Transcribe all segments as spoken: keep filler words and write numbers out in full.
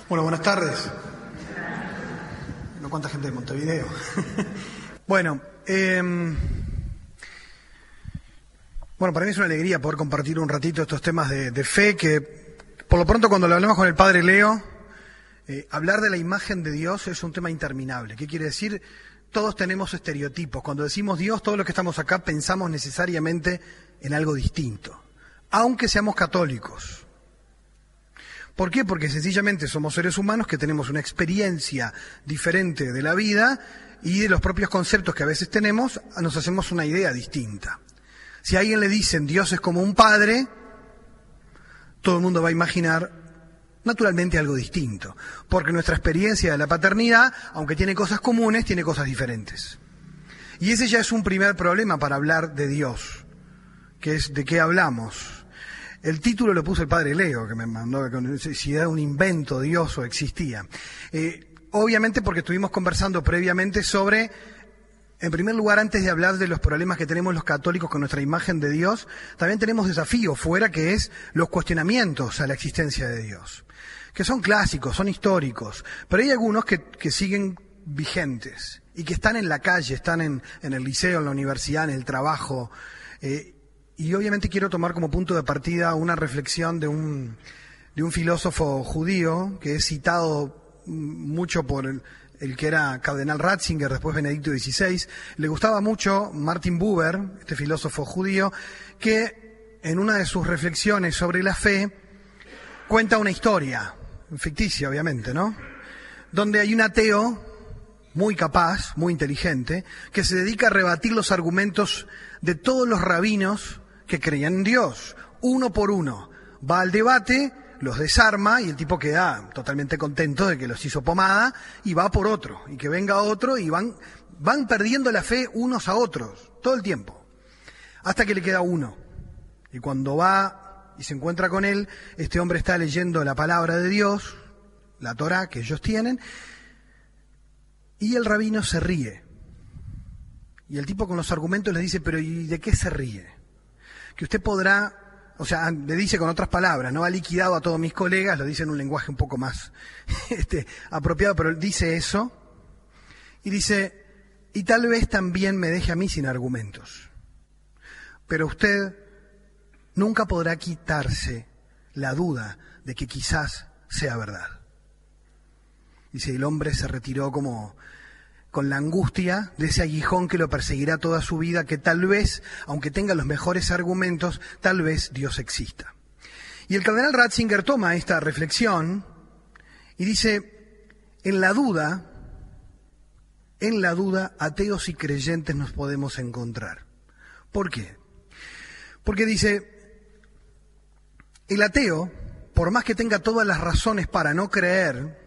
Bueno, buenas tardes. No, ¿cuánta gente de Montevideo? Bueno, eh, bueno, para mí es una alegría poder compartir un ratito estos temas de, de fe, que por lo pronto cuando lo hablamos con el Padre Leo, eh, hablar de la imagen de Dios es un tema interminable. ¿Qué quiere decir? Todos tenemos estereotipos. Cuando decimos Dios, todos los que estamos acá pensamos necesariamente en algo distinto, aunque seamos católicos. ¿Por qué? Porque sencillamente somos seres humanos que tenemos una experiencia diferente de la vida y de los propios conceptos que a veces tenemos, nos hacemos una idea distinta. Si a alguien le dicen Dios es como un padre, todo el mundo va a imaginar naturalmente algo distinto, porque nuestra experiencia de la paternidad, aunque tiene cosas comunes, tiene cosas diferentes. Y ese ya es un primer problema para hablar de Dios, que es de qué hablamos. El título lo puso el Padre Leo, que me mandó, si era un invento Dios o existía. Eh, obviamente porque estuvimos conversando previamente sobre, en primer lugar, antes de hablar de los problemas que tenemos los católicos con nuestra imagen de Dios, también tenemos desafío fuera, que es los cuestionamientos a la existencia de Dios, que son clásicos, son históricos, pero hay algunos que, que siguen vigentes y que están en la calle, están en, en el liceo, en la universidad, en el trabajo. Eh, Y obviamente quiero tomar como punto de partida una reflexión de un, de un filósofo judío que es citado mucho por el, el que era cardenal Ratzinger, después Benedicto dieciséis. Le gustaba mucho Martin Buber, este filósofo judío, que en una de sus reflexiones sobre la fe cuenta una historia, ficticia obviamente, ¿no? Donde hay un ateo muy capaz, muy inteligente, que se dedica a rebatir los argumentos de todos los rabinos que creían en Dios, uno por uno. Va al debate, los desarma y el tipo queda totalmente contento de que los hizo pomada y va por otro, y que venga otro y van, van perdiendo la fe unos a otros, todo el tiempo, hasta que le queda uno. Y cuando va y se encuentra con él, este hombre está leyendo la palabra de Dios, la Torá que ellos tienen, y el rabino se ríe. Y el tipo con los argumentos le dice, pero ¿y de qué se ríe? Que usted podrá, o sea, le dice con otras palabras, no ha liquidado a todos mis colegas, lo dice en un lenguaje un poco más este, apropiado, pero él dice eso, y dice, y tal vez también me deje a mí sin argumentos, pero usted nunca podrá quitarse la duda de que quizás sea verdad. Dice, el hombre se retiró como con la angustia de ese aguijón que lo perseguirá toda su vida, que tal vez, aunque tenga los mejores argumentos, tal vez Dios exista. Y el cardenal Ratzinger toma esta reflexión y dice, en la duda, en la duda, ateos y creyentes nos podemos encontrar. ¿Por qué? Porque dice, el ateo, por más que tenga todas las razones para no creer,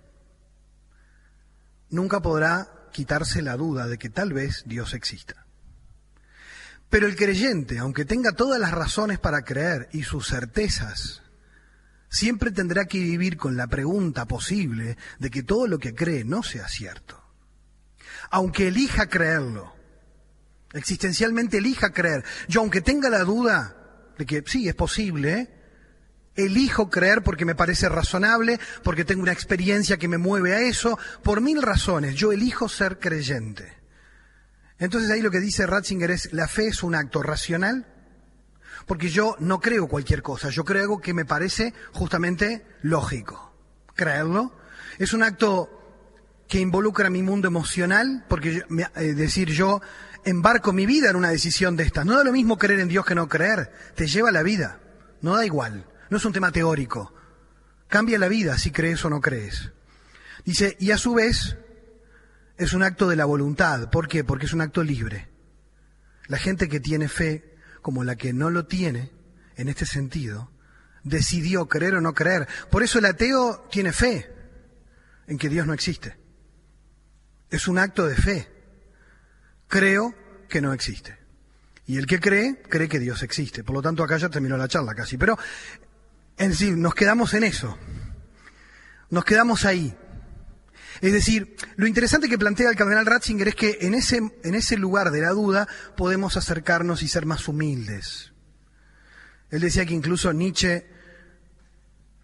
nunca podrá quitarse la duda de que tal vez Dios exista. Pero el creyente, aunque tenga todas las razones para creer y sus certezas, siempre tendrá que vivir con la pregunta posible de que todo lo que cree no sea cierto. Aunque elija creerlo, existencialmente elija creer, yo aunque tenga la duda de que sí, es posible, ¿eh? Elijo creer porque me parece razonable, porque tengo una experiencia que me mueve a eso, por mil razones, yo elijo ser creyente. Entonces ahí lo que dice Ratzinger es, la fe es un acto racional, porque yo no creo cualquier cosa, yo creo algo que me parece justamente lógico. Creerlo es un acto que involucra mi mundo emocional, porque yo, es eh, decir, yo embarco mi vida en una decisión de estas. No da lo mismo creer en Dios que no creer, te lleva la vida, no da igual. No es un tema teórico. Cambia la vida si crees o no crees. Dice, y a su vez es un acto de la voluntad. ¿Por qué? Porque es un acto libre. La gente que tiene fe, como la que no lo tiene, en este sentido, decidió creer o no creer. Por eso el ateo tiene fe en que Dios no existe. Es un acto de fe. Creo que no existe. Y el que cree, cree que Dios existe. Por lo tanto, acá ya terminó la charla casi. Pero en sí, nos quedamos en eso. Nos quedamos ahí. Es decir, lo interesante que plantea el cardenal Ratzinger es que en ese, en ese lugar de la duda podemos acercarnos y ser más humildes. Él decía que incluso Nietzsche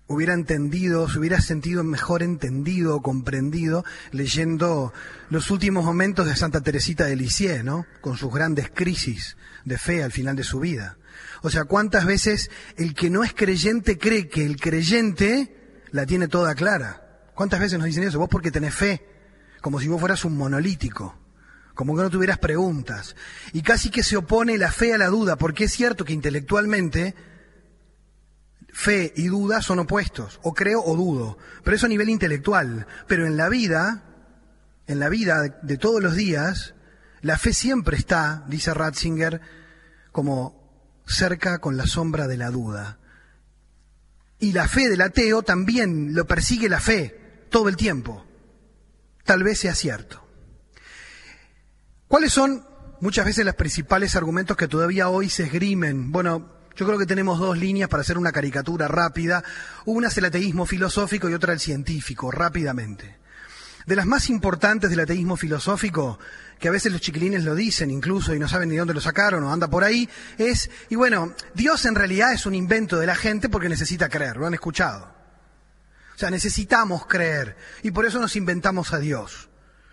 hubiera entendido, se hubiera sentido mejor entendido o comprendido leyendo los últimos momentos de Santa Teresita de Lisieux, ¿no? Con sus grandes crisis de fe al final de su vida. O sea, ¿cuántas veces el que no es creyente cree que el creyente la tiene toda clara? ¿Cuántas veces nos dicen eso? Vos porque tenés fe, como si vos fueras un monolítico, como que no tuvieras preguntas. Y casi que se opone la fe a la duda, porque es cierto que intelectualmente fe y duda son opuestos, o creo o dudo, pero eso a nivel intelectual. Pero en la vida, en la vida de todos los días, la fe siempre está, dice Ratzinger, como cerca con la sombra de la duda. Y la fe del ateo también lo persigue la fe todo el tiempo. Tal vez sea cierto. ¿Cuáles son muchas veces los principales argumentos que todavía hoy se esgrimen? Bueno, yo creo que tenemos dos líneas para hacer una caricatura rápida. Una es el ateísmo filosófico y otra el científico, rápidamente. De las más importantes del ateísmo filosófico, que a veces los chiquilines lo dicen incluso y no saben ni dónde lo sacaron o anda por ahí, es, y bueno, Dios en realidad es un invento de la gente porque necesita creer, lo han escuchado. O sea, necesitamos creer y por eso nos inventamos a Dios.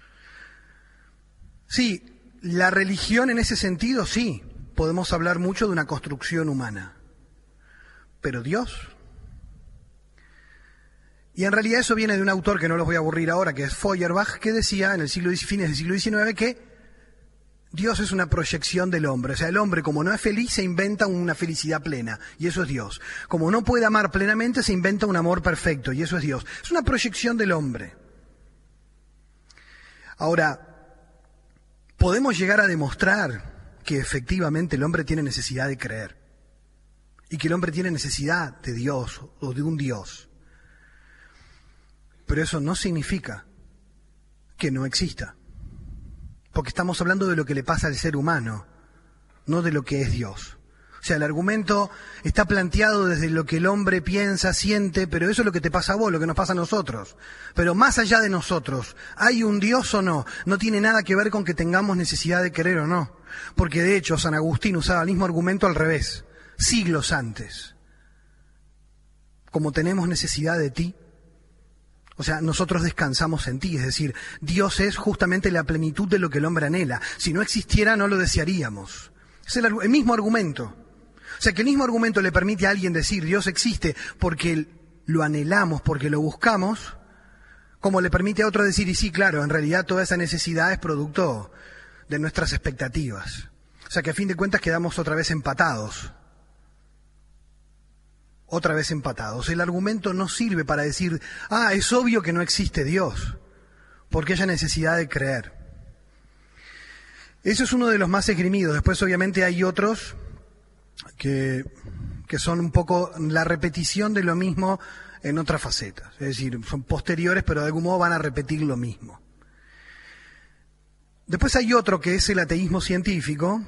Sí, la religión en ese sentido, sí, podemos hablar mucho de una construcción humana. Pero Dios... Y en realidad eso viene de un autor que no los voy a aburrir ahora, que es Feuerbach, que decía en el siglo fines del siglo diecinueve que Dios es una proyección del hombre. O sea, el hombre como no es feliz se inventa una felicidad plena, y eso es Dios. Como no puede amar plenamente se inventa un amor perfecto, y eso es Dios. Es una proyección del hombre. Ahora, podemos llegar a demostrar que efectivamente el hombre tiene necesidad de creer, y que el hombre tiene necesidad de Dios o de un Dios. Pero eso no significa que no exista. Porque estamos hablando de lo que le pasa al ser humano, no de lo que es Dios. O sea, el argumento está planteado desde lo que el hombre piensa, siente, pero eso es lo que te pasa a vos, lo que nos pasa a nosotros. Pero más allá de nosotros, ¿hay un Dios o no? No tiene nada que ver con que tengamos necesidad de querer o no. Porque de hecho San Agustín usaba el mismo argumento al revés, siglos antes. Como tenemos necesidad de ti, o sea, nosotros descansamos en ti, es decir, Dios es justamente la plenitud de lo que el hombre anhela. Si no existiera, no lo desearíamos. Es el, el mismo argumento. O sea, que el mismo argumento le permite a alguien decir Dios existe porque lo anhelamos, porque lo buscamos, como le permite a otro decir, y sí, claro, en realidad toda esa necesidad es producto de nuestras expectativas. O sea, que a fin de cuentas quedamos otra vez empatados. Otra vez empatados. El argumento no sirve para decir, ah, es obvio que no existe Dios, porque haya necesidad de creer. Eso es uno de los más esgrimidos. Después obviamente hay otros que, que son un poco la repetición de lo mismo en otras facetas. Es decir, son posteriores, pero de algún modo van a repetir lo mismo. Después hay otro que es el ateísmo científico,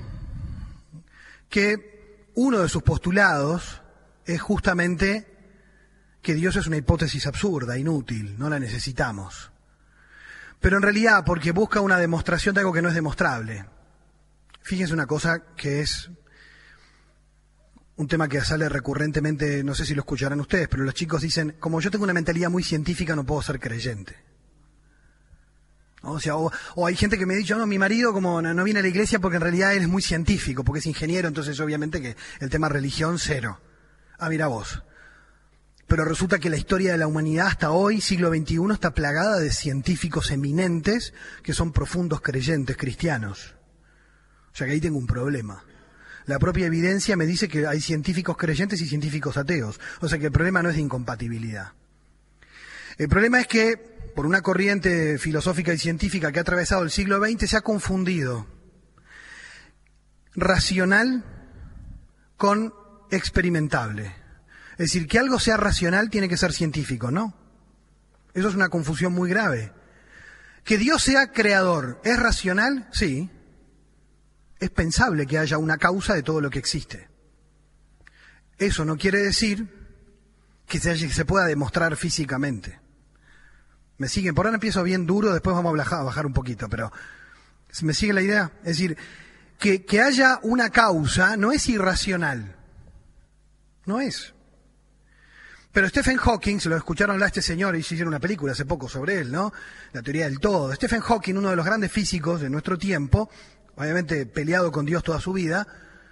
que uno de sus postulados es justamente que Dios es una hipótesis absurda, inútil, no la necesitamos. Pero en realidad porque busca una demostración de algo que no es demostrable. Fíjense una cosa que es un tema que sale recurrentemente, no sé si lo escucharán ustedes, pero los chicos dicen, como yo tengo una mentalidad muy científica no puedo ser creyente. O sea, o, o hay gente que me ha dicho, no, mi marido como no, no viene a la iglesia porque en realidad él es muy científico, porque es ingeniero, entonces obviamente que el tema religión cero. Ah, mira vos. Pero resulta que la historia de la humanidad hasta hoy, siglo veintiuno, está plagada de científicos eminentes que son profundos creyentes cristianos. O sea que ahí tengo un problema. La propia evidencia me dice que hay científicos creyentes y científicos ateos. O sea que el problema no es de incompatibilidad. El problema es que, por una corriente filosófica y científica que ha atravesado el siglo veinte, se ha confundido racional con experimentable. Es decir, que algo sea racional tiene que ser científico, ¿no? Eso es una confusión muy grave. Que Dios sea creador, ¿es racional? Sí. Es pensable que haya una causa de todo lo que existe. Eso no quiere decir que se, haya, que se pueda demostrar físicamente. ¿Me siguen? Por ahora empiezo bien duro, después vamos a bajar, a bajar un poquito, pero ¿me sigue la idea? Es decir, que, que haya una causa no es irracional. No es. Pero Stephen Hawking, se lo escucharon hablar a este señor y se hicieron una película hace poco sobre él, ¿no? La teoría del todo. Stephen Hawking, uno de los grandes físicos de nuestro tiempo, obviamente peleado con Dios toda su vida,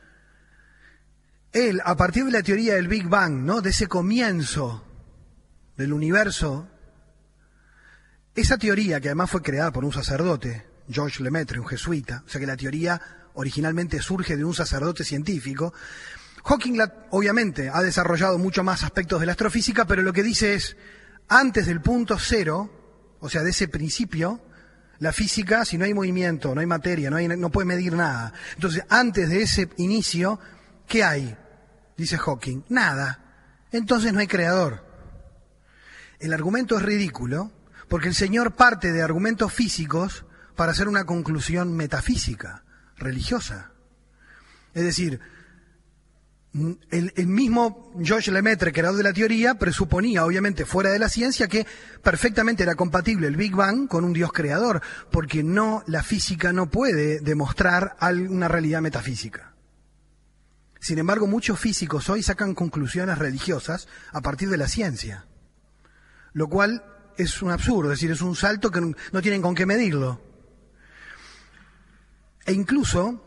él, a partir de la teoría del Big Bang, ¿no? De ese comienzo del universo, esa teoría, que además fue creada por un sacerdote, Georges Lemaitre, un jesuita, o sea que la teoría originalmente surge de un sacerdote científico. Hawking, la, obviamente, ha desarrollado mucho más aspectos de la astrofísica, pero lo que dice es, antes del punto cero, o sea, de ese principio, la física, si no hay movimiento, no hay materia, no hay, no puede medir nada. Entonces, antes de ese inicio, ¿qué hay? Dice Hawking, nada. Entonces no hay creador. El argumento es ridículo, porque el Señor parte de argumentos físicos para hacer una conclusión metafísica, religiosa. Es decir, el, el mismo Georges Lemaitre, creador de la teoría, presuponía, obviamente fuera de la ciencia, que perfectamente era compatible el Big Bang con un Dios creador, porque no, la física no puede demostrar una realidad metafísica. Sin embargo, muchos físicos hoy sacan conclusiones religiosas a partir de la ciencia, lo cual es un absurdo, es decir, es un salto que no tienen con qué medirlo. E incluso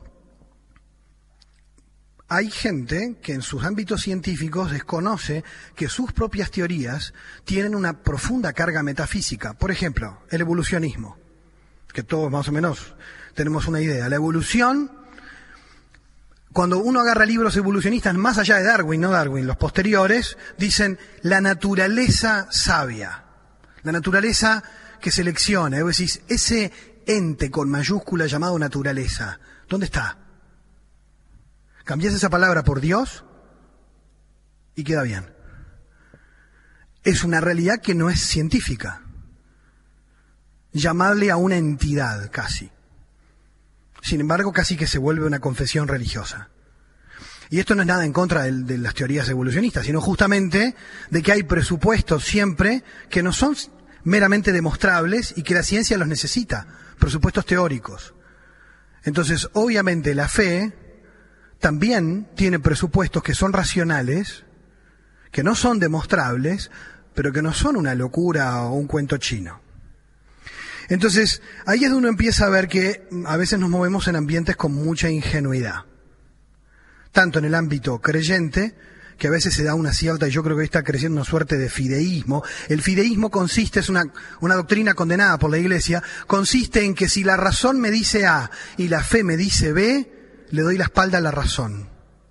hay gente que en sus ámbitos científicos desconoce que sus propias teorías tienen una profunda carga metafísica. Por ejemplo, el evolucionismo, que todos más o menos tenemos una idea. La evolución, cuando uno agarra libros evolucionistas, más allá de Darwin, no Darwin, los posteriores, dicen la naturaleza sabia, la naturaleza que selecciona. Y vos decís, ese ente con mayúscula llamado naturaleza, ¿dónde está? Cambiás esa palabra por Dios y queda bien. Es una realidad que no es científica. Llamarle a una entidad casi. Sin embargo, casi que se vuelve una confesión religiosa. Y esto no es nada en contra de, de las teorías evolucionistas, sino justamente de que hay presupuestos siempre que no son meramente demostrables y que la ciencia los necesita, presupuestos teóricos. Entonces, obviamente, la fe también tiene presupuestos que son racionales, que no son demostrables, pero que no son una locura o un cuento chino. Entonces, ahí es donde uno empieza a ver que a veces nos movemos en ambientes con mucha ingenuidad. Tanto en el ámbito creyente, que a veces se da una cierta, y yo creo que está creciendo una suerte de fideísmo. El fideísmo consiste, es una, una doctrina condenada por la Iglesia, consiste en que si la razón me dice A y la fe me dice B, le doy la espalda a la razón.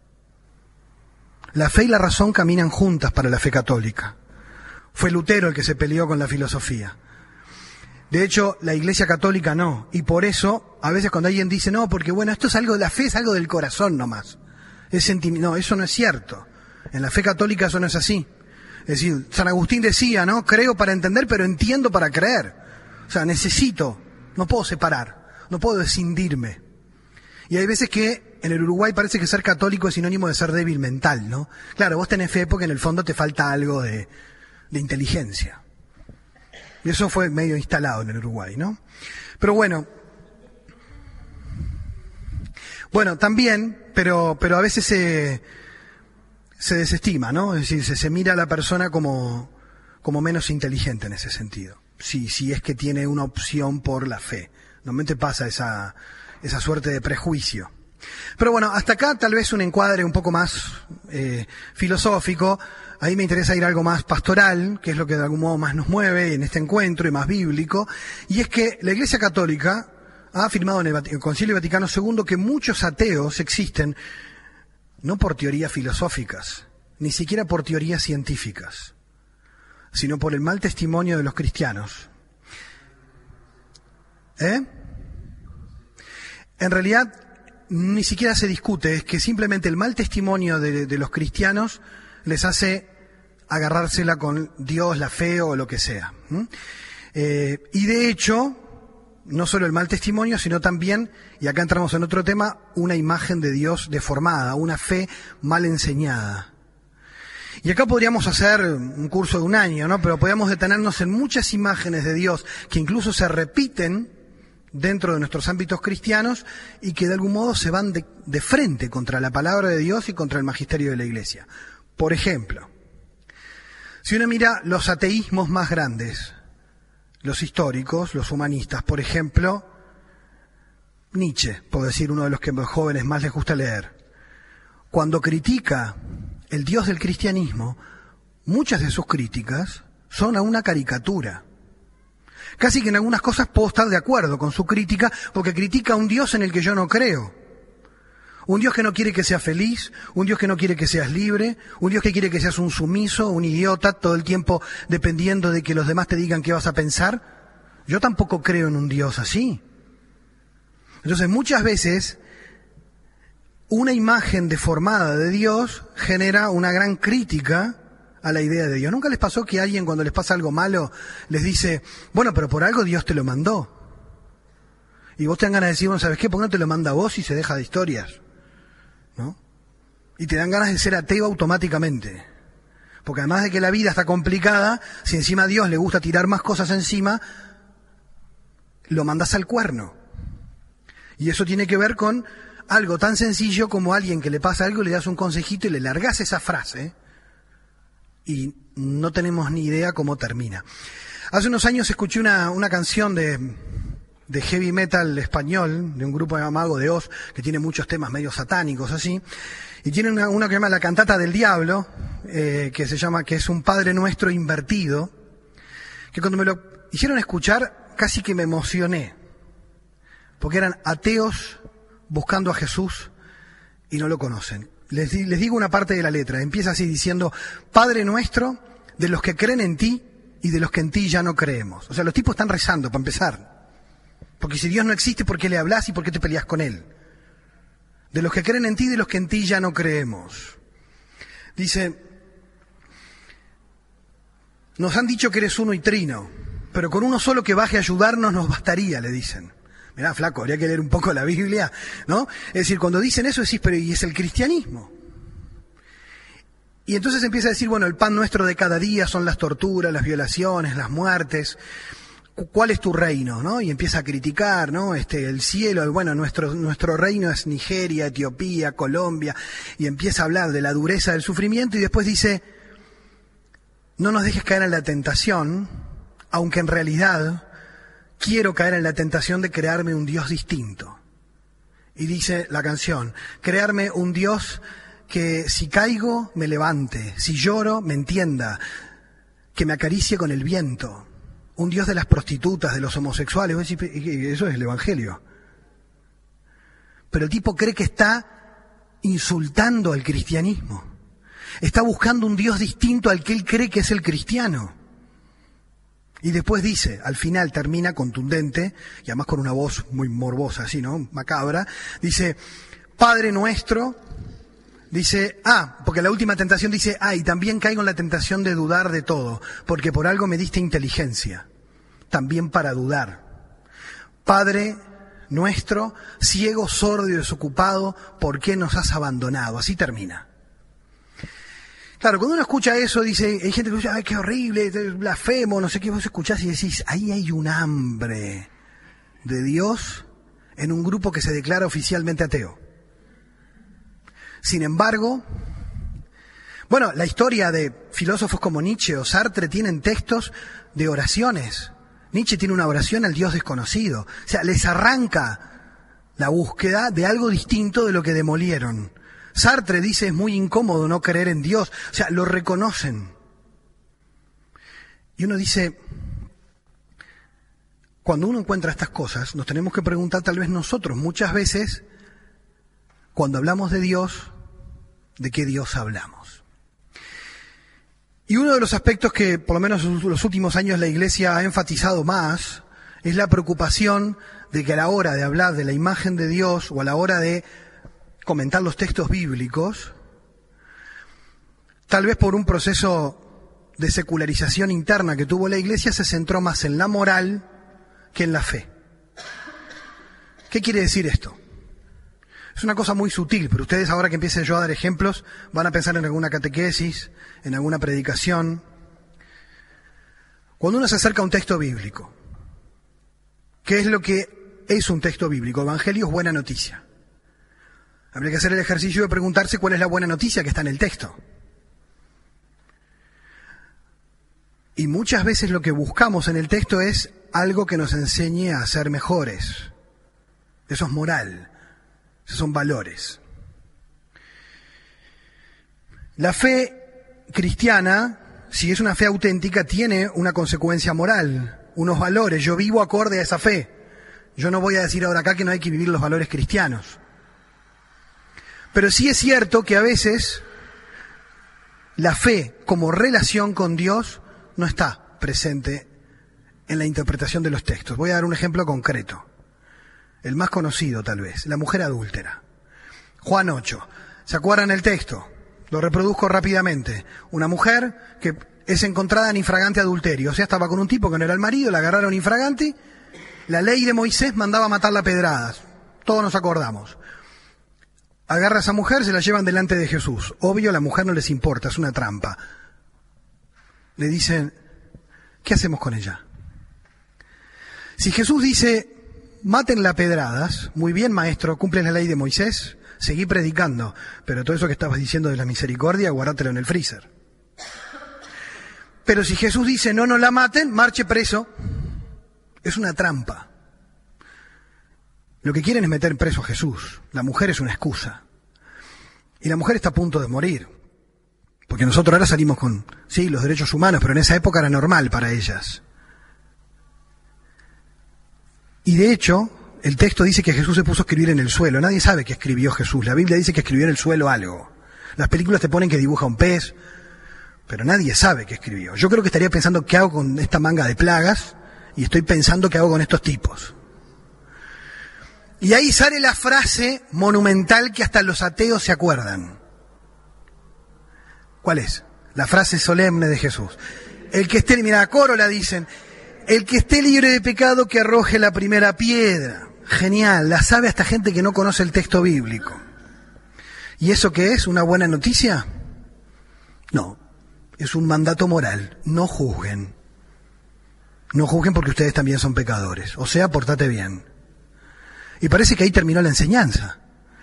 La fe y la razón caminan juntas para la fe católica. Fue Lutero el que se peleó con la filosofía. De hecho, la Iglesia Católica no. Y por eso, a veces cuando alguien dice, no, porque bueno, esto es algo de la fe, es algo del corazón nomás. Es sentimi- no, eso no es cierto. En la fe católica eso no es así. Es decir, San Agustín decía, ¿no? Creo para entender, pero entiendo para creer. O sea, necesito, no puedo separar, no puedo escindirme. Y hay veces que en el Uruguay parece que ser católico es sinónimo de ser débil mental, ¿no? Claro, vos tenés fe porque en el fondo te falta algo de, de inteligencia. Y eso fue medio instalado en el Uruguay, ¿no? Pero bueno, bueno, también, pero, pero a veces se, se desestima, ¿no? Es decir, se, se mira a la persona como, como menos inteligente en ese sentido. Si, si es que tiene una opción por la fe. Normalmente pasa esa, esa suerte de prejuicio. Pero bueno, hasta acá tal vez un encuadre un poco más eh, filosófico. Ahí me interesa ir a algo más pastoral, que es lo que de algún modo más nos mueve en este encuentro y más bíblico. Y es que la Iglesia Católica ha afirmado en el, Vatic- el Concilio Vaticano segundo que muchos ateos existen no por teorías filosóficas, ni siquiera por teorías científicas, sino por el mal testimonio de los cristianos. ¿Eh? En realidad, ni siquiera se discute, es que simplemente el mal testimonio de, de los cristianos les hace agarrársela con Dios, la fe o lo que sea. ¿Mm? Eh, y de hecho, no solo el mal testimonio, sino también, y acá entramos en otro tema, una imagen de Dios deformada, una fe mal enseñada. Y acá podríamos hacer un curso de un año, ¿no? Pero podríamos detenernos en muchas imágenes de Dios que incluso se repiten dentro de nuestros ámbitos cristianos y que de algún modo se van de, de frente contra la palabra de Dios y contra el magisterio de la Iglesia. Por ejemplo, Si uno mira los ateísmos más grandes, los históricos, los humanistas, por ejemplo, Nietzsche, por decir uno de los que a los jóvenes más les gusta leer, cuando critica el Dios del cristianismo, muchas de sus críticas son a una caricatura. Casi que en algunas cosas puedo estar de acuerdo con su crítica, porque critica a un Dios en el que yo no creo. Un Dios que no quiere que seas feliz, un Dios que no quiere que seas libre, un Dios que quiere que seas un sumiso, un idiota, todo el tiempo dependiendo de que los demás te digan qué vas a pensar. Yo tampoco creo en un Dios así. Entonces muchas veces una imagen deformada de Dios genera una gran crítica a la idea de Dios. ¿Nunca les pasó que alguien cuando les pasa algo malo les dice, bueno, pero por algo Dios te lo mandó? Y vos te dan ganas de decir, bueno, ¿sabes qué? ¿Por qué no te lo manda a vos y se deja de historias? ¿No? Y te dan ganas de ser ateo automáticamente. Porque además de que la vida está complicada, si encima a Dios le gusta tirar más cosas encima, lo mandas al cuerno. Y eso tiene que ver con algo tan sencillo como a alguien que le pasa algo, le das un consejito y le largas esa frase y no tenemos ni idea cómo termina. Hace unos años escuché una, una canción de, de heavy metal español, de un grupo llamado Mago de Oz, que tiene muchos temas medio satánicos así, y tiene una, una que se llama La Cantata del Diablo, eh, que se llama, que es un Padre Nuestro invertido, que cuando me lo hicieron escuchar casi que me emocioné, porque eran ateos buscando a Jesús y no lo conocen. Les, les digo una parte de la letra, empieza así diciendo, Padre Nuestro, de los que creen en ti y de los que en ti ya no creemos. O sea, los tipos están rezando, para empezar. Porque si Dios no existe, ¿por qué le hablas y por qué te peleas con Él? De los que creen en ti y de los que en ti ya no creemos. Dice, nos han dicho que eres uno y trino, pero con uno solo que baje a ayudarnos nos bastaría, le dicen. Mirá, flaco, habría que leer un poco la Biblia, ¿no? Es decir, cuando dicen eso decís, pero ¿y es el cristianismo? Y entonces empieza a decir, bueno, el pan nuestro de cada día son las torturas, las violaciones, las muertes. ¿Cuál es tu reino, no? Y empieza a criticar, ¿no? Este, el cielo, bueno, nuestro, nuestro reino es Nigeria, Etiopía, Colombia, y empieza a hablar de la dureza del sufrimiento y después dice, no nos dejes caer en la tentación, aunque en realidad quiero caer en la tentación de crearme un Dios distinto. Y dice la canción, crearme un Dios que si caigo me levante, si lloro me entienda, que me acaricie con el viento. Un Dios de las prostitutas, de los homosexuales. Eso es el Evangelio. Pero el tipo cree que está insultando al cristianismo. Está buscando un Dios distinto al que él cree que es el cristiano. Y después dice, al final termina contundente, y además con una voz muy morbosa, así, ¿no? Macabra. Dice, Padre Nuestro, dice, ah, porque la última tentación dice, ah, y también caigo en la tentación de dudar de todo, porque por algo me diste inteligencia, también para dudar. Padre Nuestro, ciego, sordo y desocupado, ¿por qué nos has abandonado? Así termina. Claro, cuando uno escucha eso, dice, hay gente que dice, ay, qué horrible, blasfemo, no sé qué, vos escuchás y decís, ahí hay un hambre de Dios en un grupo que se declara oficialmente ateo. Sin embargo, bueno, la historia de filósofos como Nietzsche o Sartre tienen textos de oraciones. Nietzsche tiene una oración al Dios desconocido. O sea, les arranca la búsqueda de algo distinto de lo que demolieron. Sartre dice, es muy incómodo no creer en Dios. O sea, lo reconocen. Y uno dice, cuando uno encuentra estas cosas, nos tenemos que preguntar tal vez nosotros, muchas veces, cuando hablamos de Dios, ¿de qué Dios hablamos? Y uno de los aspectos que, por lo menos en los últimos años, la Iglesia ha enfatizado más, es la preocupación de que a la hora de hablar de la imagen de Dios o a la hora de comentar los textos bíblicos, tal vez por un proceso de secularización interna que tuvo la Iglesia, se centró más en la moral que en la fe. ¿Qué quiere decir esto? Es una cosa muy sutil, pero ustedes ahora que empiece yo a dar ejemplos, van a pensar en alguna catequesis, en alguna predicación. Cuando uno se acerca a un texto bíblico, ¿qué es lo que es un texto bíblico? Evangelio es buena noticia. Habría que hacer el ejercicio de preguntarse cuál es la buena noticia que está en el texto. Y muchas veces lo que buscamos en el texto es algo que nos enseñe a ser mejores. Eso es moral, esos son valores. La fe cristiana, si es una fe auténtica, tiene una consecuencia moral, unos valores. Yo vivo acorde a esa fe. Yo no voy a decir ahora acá que no hay que vivir los valores cristianos. Pero sí es cierto que a veces la fe como relación con Dios no está presente en la interpretación de los textos. Voy a dar un ejemplo concreto, el más conocido tal vez, la mujer adúltera. Juan ocho. ¿Se acuerdan el texto? Lo reproduzco rápidamente. Una mujer que es encontrada en infragante adulterio, o sea, estaba con un tipo que no era el marido, la agarraron infragante. La ley de Moisés mandaba matarla a pedradas. Todos nos acordamos. Agarra a esa mujer, se la llevan delante de Jesús. Obvio, a la mujer no les importa, es una trampa. Le dicen, ¿qué hacemos con ella? Si Jesús dice, mátenla a pedradas, muy bien, maestro, cumples la ley de Moisés, seguí predicando, pero todo eso que estabas diciendo de la misericordia, guardátelo en el freezer. Pero si Jesús dice, no, no la maten, marche preso, es una trampa. Lo que quieren es meter preso a Jesús. La mujer es una excusa. Y la mujer está a punto de morir. Porque nosotros ahora salimos con, sí, los derechos humanos, pero en esa época era normal para ellas. Y de hecho, el texto dice que Jesús se puso a escribir en el suelo. Nadie sabe qué escribió Jesús. La Biblia dice que escribió en el suelo algo. Las películas te ponen que dibuja un pez, pero nadie sabe qué escribió. Yo creo que estaría pensando qué hago con esta manga de plagas, y estoy pensando qué hago con estos tipos. Y ahí sale la frase monumental que hasta los ateos se acuerdan. ¿Cuál es? La frase solemne de Jesús. El que esté, mira, a coro la dicen, el que esté libre de pecado que arroje la primera piedra. Genial, la sabe hasta gente que no conoce el texto bíblico. ¿Y eso qué es? ¿Una buena noticia? No, es un mandato moral. No juzguen. No juzguen porque ustedes también son pecadores. O sea, portate bien. Y parece que ahí terminó la enseñanza.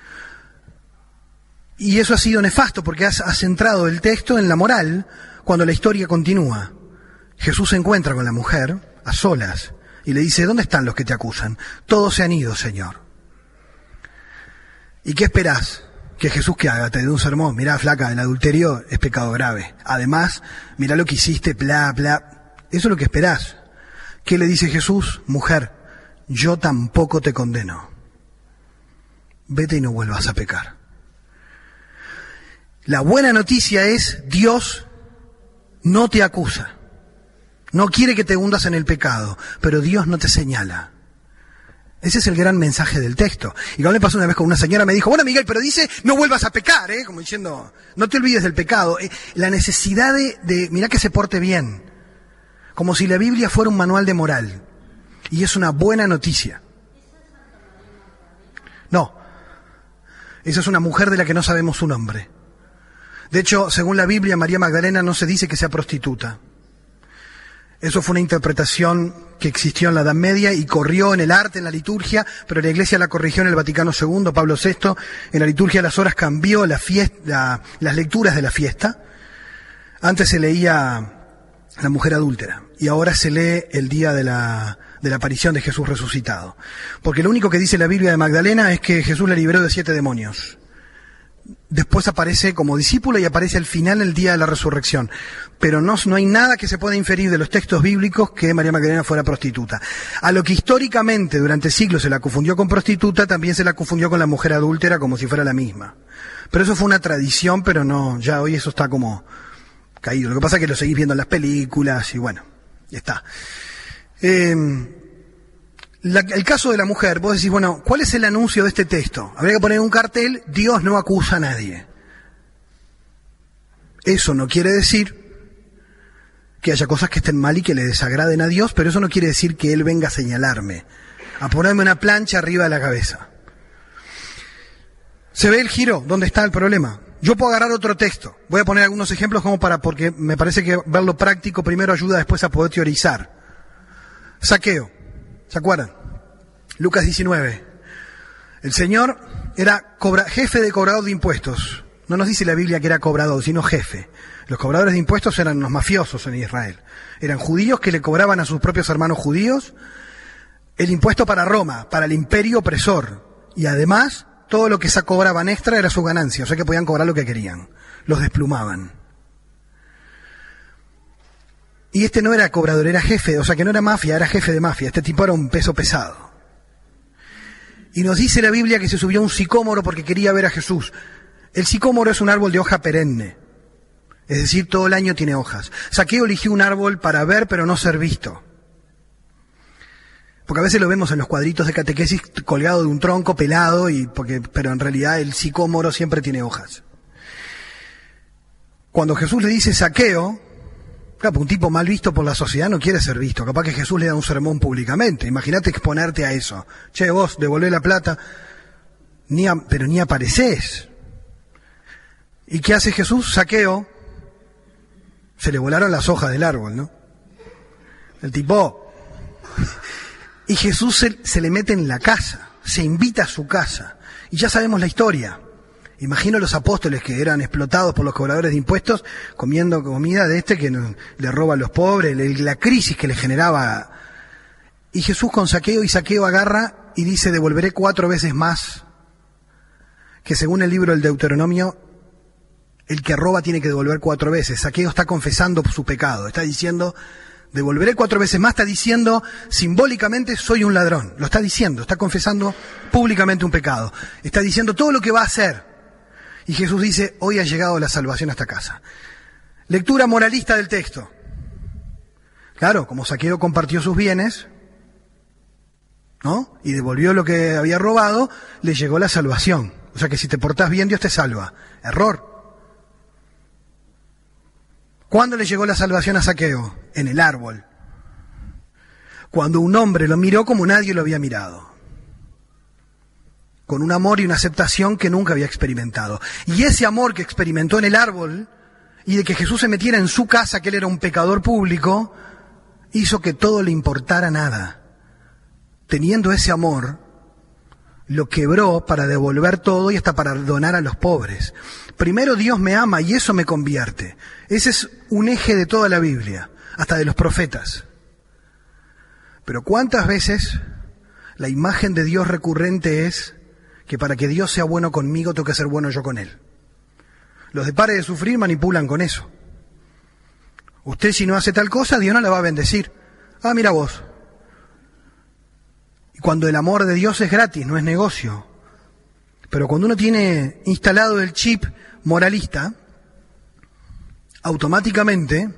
Y eso ha sido nefasto porque has, has centrado el texto en la moral cuando la historia continúa. Jesús se encuentra con la mujer a solas y le dice, ¿dónde están los que te acusan? Todos se han ido, Señor. ¿Y qué esperás? Que Jesús que haga, te dé un sermón. Mirá, flaca, el adulterio es pecado grave. Además, mirá lo que hiciste, bla, bla. Eso es lo que esperás. ¿Qué le dice Jesús? Mujer, yo tampoco te condeno. Vete y no vuelvas a pecar. La buena noticia es, Dios no te acusa. No quiere que te hundas en el pecado, pero Dios no te señala. Ese es el gran mensaje del texto. Y cuando me pasó una vez con una señora, me dijo, bueno, Miguel, pero dice, no vuelvas a pecar, ¿eh? Como diciendo, no te olvides del pecado. Eh, la necesidad de, de, mirá que se porte bien. Como si la Biblia fuera un manual de moral. Y es una buena noticia. No. Esa es una mujer de la que no sabemos su nombre. De hecho, según la Biblia, María Magdalena no se dice que sea prostituta. Eso fue una interpretación que existió en la Edad Media y corrió en el arte, en la liturgia, pero la Iglesia la corrigió en el Vaticano segundo, Pablo sexto. En la liturgia de las horas cambió la fiesta, la, las lecturas de la fiesta. Antes se leía la mujer adúltera y ahora se lee el día de la, de la aparición de Jesús resucitado. Porque lo único que dice la Biblia de Magdalena es que Jesús la liberó de siete demonios. Después aparece como discípulo y aparece al final el día de la resurrección. Pero no, no hay nada que se pueda inferir de los textos bíblicos que María Magdalena fuera prostituta. A lo que históricamente durante siglos se la confundió con prostituta, también se la confundió con la mujer adúltera como si fuera la misma. Pero eso fue una tradición, pero no, ya hoy eso está como caído. Lo que pasa es que lo seguís viendo en las películas y bueno, ya está. Eh, La, el caso de la mujer, vos decís, bueno, ¿cuál es el anuncio de este texto? Habría que poner un cartel, Dios no acusa a nadie. Eso no quiere decir que haya cosas que estén mal y que le desagraden a Dios, pero eso no quiere decir que Él venga a señalarme, a ponerme una plancha arriba de la cabeza. ¿Se ve el giro? ¿Dónde está el problema? Yo puedo agarrar otro texto. Voy a poner algunos ejemplos como para, porque me parece que verlo práctico primero ayuda después a poder teorizar. Saqueo. ¿Se acuerdan? Lucas diecinueve. El Señor era cobra, jefe de cobrador de impuestos. No nos dice la Biblia que era cobrador, sino jefe. Los cobradores de impuestos eran unos mafiosos en Israel. Eran judíos que le cobraban a sus propios hermanos judíos el impuesto para Roma, para el imperio opresor. Y además, todo lo que se cobraban extra era su ganancia, o sea que podían cobrar lo que querían. Los desplumaban. Y este no era cobrador, era jefe, o sea que no era mafia, era jefe de mafia. Este tipo era un peso pesado. Y nos dice la Biblia que se subió a un sicómoro porque quería ver a Jesús. El sicómoro es un árbol de hoja perenne. Es decir, todo el año tiene hojas. Zaqueo eligió un árbol para ver, pero no ser visto. Porque a veces lo vemos en los cuadritos de catequesis colgado de un tronco pelado, y porque, pero en realidad el sicómoro siempre tiene hojas. Cuando Jesús le dice Zaqueo, claro, un tipo mal visto por la sociedad no quiere ser visto. Capaz que Jesús le da un sermón públicamente. Imagínate exponerte a eso. Che, vos, devolvé la plata, ni a, pero ni aparecés. ¿Y qué hace Jesús? Zaqueo. Se le volaron las hojas del árbol, ¿no? El tipo. Y Jesús se, se le mete en la casa, se invita a su casa. Y ya sabemos la historia. Imagino los apóstoles que eran explotados por los cobradores de impuestos, comiendo comida de este que no, le roba a los pobres, le, la crisis que le generaba. Y Jesús con Zaqueo, y Zaqueo agarra y dice, devolveré cuatro veces más, que según el libro del Deuteronomio, el que roba tiene que devolver cuatro veces. Zaqueo está confesando su pecado, está diciendo, devolveré cuatro veces más, está diciendo, simbólicamente soy un ladrón, lo está diciendo, está confesando públicamente un pecado, está diciendo todo lo que va a hacer. Y Jesús dice, hoy ha llegado la salvación a esta casa. Lectura moralista del texto. Claro, como Zaqueo compartió sus bienes, ¿no? Y devolvió lo que había robado, le llegó la salvación. O sea que si te portás bien, Dios te salva. Error. ¿Cuándo le llegó la salvación a Zaqueo? En el árbol. Cuando un hombre lo miró como nadie lo había mirado. Con un amor y una aceptación que nunca había experimentado. Y ese amor que experimentó en el árbol, y de que Jesús se metiera en su casa, que él era un pecador público, hizo que todo le importara nada. Teniendo ese amor, lo quebró para devolver todo y hasta para donar a los pobres. Primero Dios me ama y eso me convierte. Ese es un eje de toda la Biblia, hasta de los profetas. Pero ¿cuántas veces la imagen de Dios recurrente es que para que Dios sea bueno conmigo tengo que ser bueno yo con Él? Los de Pare de Sufrir manipulan con eso. Usted si no hace tal cosa, Dios no la va a bendecir. Ah, mira vos. Y cuando el amor de Dios es gratis, no es negocio. Pero cuando uno tiene instalado el chip moralista, automáticamente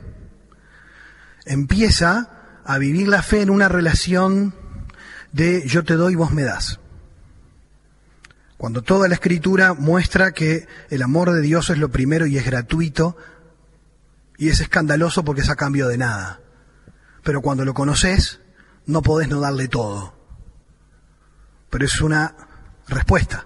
empieza a vivir la fe en una relación de yo te doy, vos me das. Cuando toda la Escritura muestra que el amor de Dios es lo primero y es gratuito, y es escandaloso porque es a cambio de nada. Pero cuando lo conoces, no podés no darle todo. Pero es una respuesta.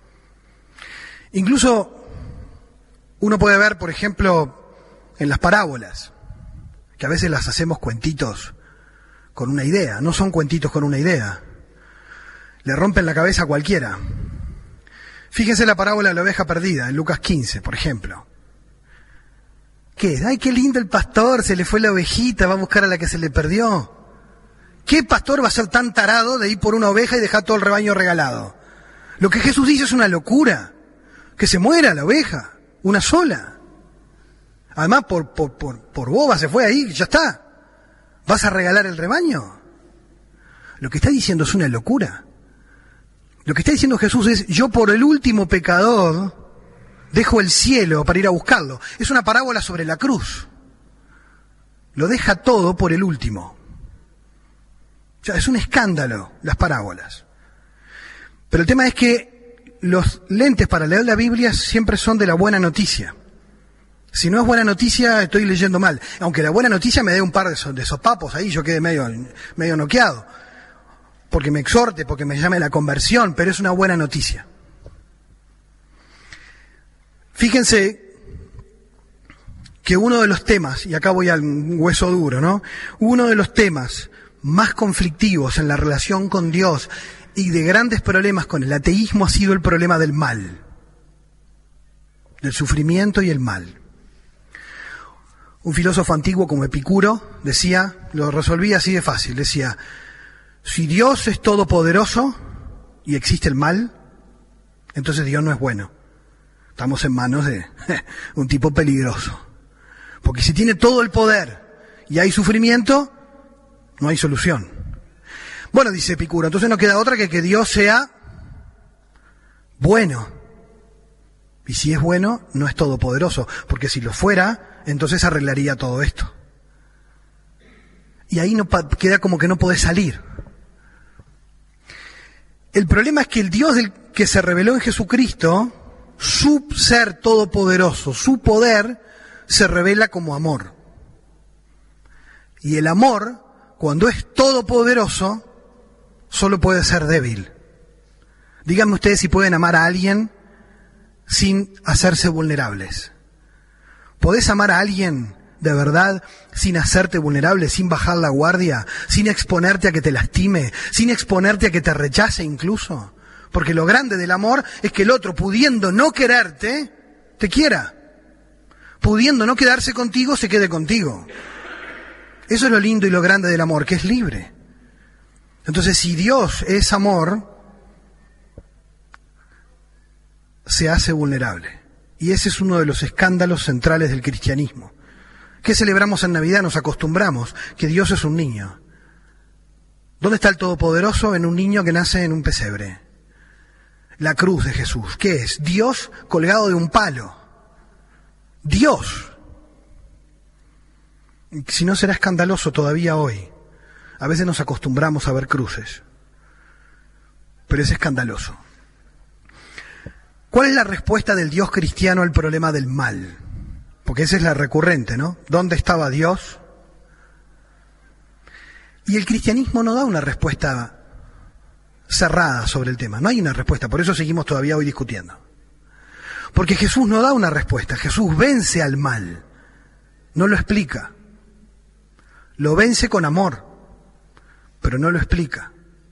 Incluso uno puede ver, por ejemplo, en las parábolas, que a veces las hacemos cuentitos con una idea. No son cuentitos con una idea. Le rompen la cabeza a cualquiera. Fíjense la parábola de la oveja perdida, en Lucas quince, por ejemplo. ¿Qué es? ¡Ay, qué lindo el pastor! Se le fue la ovejita, va a buscar a la que se le perdió. ¿Qué pastor va a ser tan tarado de ir por una oveja y dejar todo el rebaño regalado? Lo que Jesús dice es una locura. Que se muera la oveja, una sola. Además, por, por, por, por boba se fue ahí, ya está. ¿Vas a regalar el rebaño? Lo que está diciendo es una locura. Lo que está diciendo Jesús es, yo por el último pecador dejo el cielo para ir a buscarlo. Es una parábola sobre la cruz. Lo deja todo por el último. O sea, es un escándalo las parábolas. Pero el tema es que los lentes para leer la Biblia siempre son de la buena noticia. Si no es buena noticia, estoy leyendo mal. Aunque la buena noticia me dé un par de sopapos ahí, yo quedé medio, medio noqueado. Porque me exhorte, porque me llame a la conversión, pero es una buena noticia. Fíjense que uno de los temas, y acá voy al hueso duro, ¿no? Uno de los temas más conflictivos en la relación con Dios y de grandes problemas con el ateísmo ha sido el problema del mal, del sufrimiento y el mal. Un filósofo antiguo como Epicuro decía, lo resolvía así de fácil, decía, si Dios es todopoderoso y existe el mal, entonces Dios no es bueno. Estamos en manos de un tipo peligroso. Porque si tiene todo el poder y hay sufrimiento, no hay solución. Bueno, dice Epicuro, entonces no queda otra que que Dios sea bueno. Y si es bueno, no es todopoderoso, porque si lo fuera, entonces arreglaría todo esto. Y ahí no queda como que no podés salir. El problema es que el Dios del que se reveló en Jesucristo, su ser todopoderoso, su poder, se revela como amor. Y el amor, cuando es todopoderoso, solo puede ser débil. Díganme ustedes si pueden amar a alguien sin hacerse vulnerables. ¿Podés amar a alguien de verdad sin hacerte vulnerable, sin bajar la guardia, sin exponerte a que te lastime, sin exponerte a que te rechace incluso? Porque lo grande del amor es que el otro, pudiendo no quererte, te quiera. Pudiendo no quedarse contigo, se quede contigo. Eso es lo lindo y lo grande del amor, que es libre. Entonces, si Dios es amor, se hace vulnerable. Y ese es uno de los escándalos centrales del cristianismo. ¿Qué celebramos en Navidad? Nos acostumbramos que Dios es un niño. ¿Dónde está el Todopoderoso? En un niño que nace en un pesebre. La cruz de Jesús. ¿Qué es? Dios colgado de un palo. Dios. Si no será escandaloso todavía hoy. A veces nos acostumbramos a ver cruces. Pero es escandaloso. ¿Cuál es la respuesta del Dios cristiano al problema del mal? Porque esa es la recurrente, ¿no? ¿Dónde estaba Dios? Y el cristianismo no da una respuesta cerrada sobre el tema. No hay una respuesta, por eso seguimos todavía hoy discutiendo. Porque Jesús no da una respuesta. Jesús vence al mal. No lo explica. Lo vence con amor, pero no lo explica.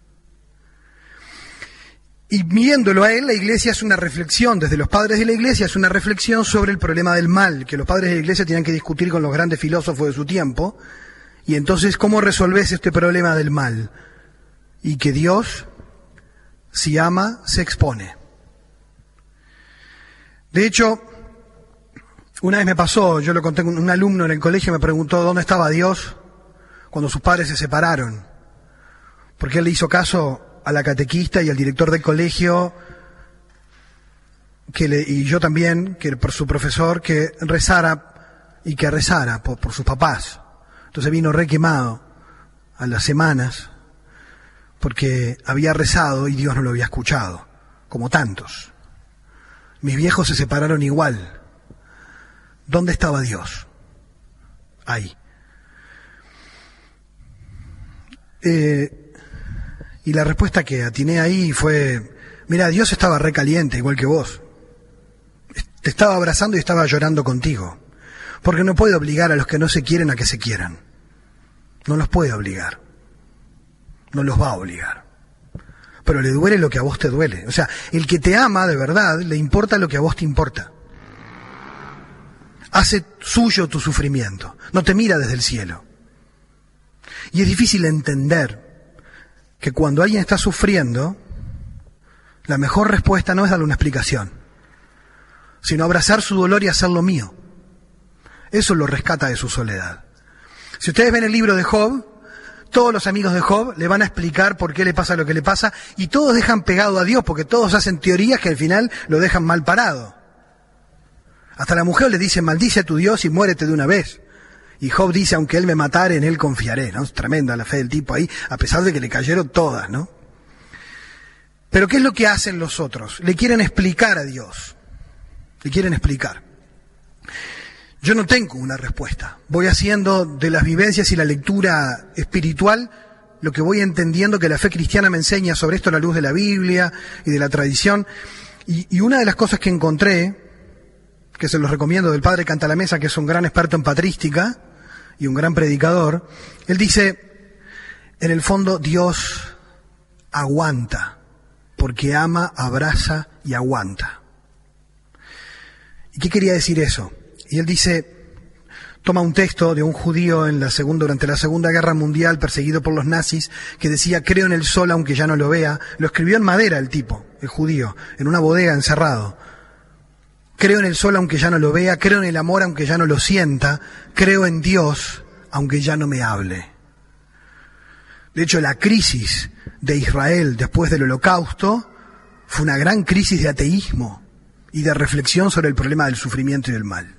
Y viéndolo a él, la iglesia es una reflexión, desde los padres de la iglesia es una reflexión sobre el problema del mal, que los padres de la iglesia tenían que discutir con los grandes filósofos de su tiempo. Y entonces, ¿cómo resolvés este problema del mal? Y que Dios, si ama, se expone. De hecho, una vez me pasó, yo lo conté con un alumno en el colegio, me preguntó dónde estaba Dios cuando sus padres se separaron. Porque él le hizo caso a la catequista y al director del colegio, que le, y yo también, que por su profesor, que rezara y que rezara por, por sus papás. Entonces vino re quemado a las semanas porque había rezado y Dios no lo había escuchado, como tantos. Mis viejos se separaron igual. ¿Dónde estaba Dios? Ahí. Eh, Y la respuesta que atiné ahí fue, mira, Dios estaba recaliente, igual que vos. Te estaba abrazando y estaba llorando contigo. Porque no puede obligar a los que no se quieren a que se quieran. No los puede obligar. No los va a obligar. Pero le duele lo que a vos te duele. O sea, el que te ama de verdad, le importa lo que a vos te importa. Hace suyo tu sufrimiento. No te mira desde el cielo. Y es difícil entender que cuando alguien está sufriendo, la mejor respuesta no es darle una explicación, sino abrazar su dolor y hacerlo mío. Eso lo rescata de su soledad. Si ustedes ven el libro de Job, todos los amigos de Job le van a explicar por qué le pasa lo que le pasa, y todos dejan pegado a Dios, porque todos hacen teorías que al final lo dejan mal parado. Hasta la mujer le dice, maldice a tu Dios y muérete de una vez. Y Job dice, aunque él me matare, en él confiaré, ¿no? Es tremenda la fe del tipo ahí, a pesar de que le cayeron todas, ¿no? Pero ¿qué es lo que hacen los otros? Le quieren explicar a Dios. Le quieren explicar. Yo no tengo una respuesta. Voy haciendo de las vivencias y la lectura espiritual lo que voy entendiendo que la fe cristiana me enseña sobre esto a la luz de la Biblia y de la tradición. Y, y una de las cosas que encontré, que se los recomiendo, del padre Cantalamessa, que es un gran experto en patrística y un gran predicador, él dice, en el fondo Dios aguanta, porque ama, abraza y aguanta. ¿Y qué quería decir eso? Y él dice, toma un texto de un judío en la segunda, durante la Segunda Guerra Mundial, perseguido por los nazis, que decía, creo en el sol aunque ya no lo vea. Lo escribió en madera el tipo, el judío, en una bodega encerrado. Creo en el sol aunque ya no lo vea, creo en el amor aunque ya no lo sienta, creo en Dios aunque ya no me hable. De hecho, la crisis de Israel después del Holocausto fue una gran crisis de ateísmo y de reflexión sobre el problema del sufrimiento y del mal.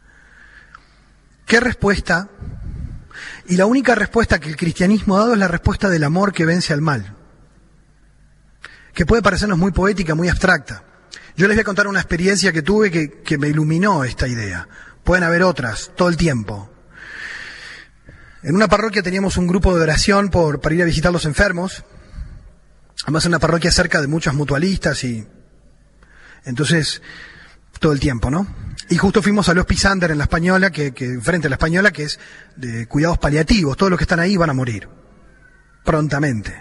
¿Qué respuesta? Y la única respuesta que el cristianismo ha dado es la respuesta del amor que vence al mal, que puede parecernos muy poética, muy abstracta. Yo les voy a contar una experiencia que tuve que, que me iluminó esta idea. Pueden haber otras, todo el tiempo. En una parroquia teníamos un grupo de oración por, para ir a visitar a los enfermos. Además, es una parroquia cerca de muchos mutualistas y entonces todo el tiempo, ¿no? Y justo fuimos al Hospice Sander en La Española, que, que frente a La Española, que es de cuidados paliativos. Todos los que están ahí van a morir prontamente.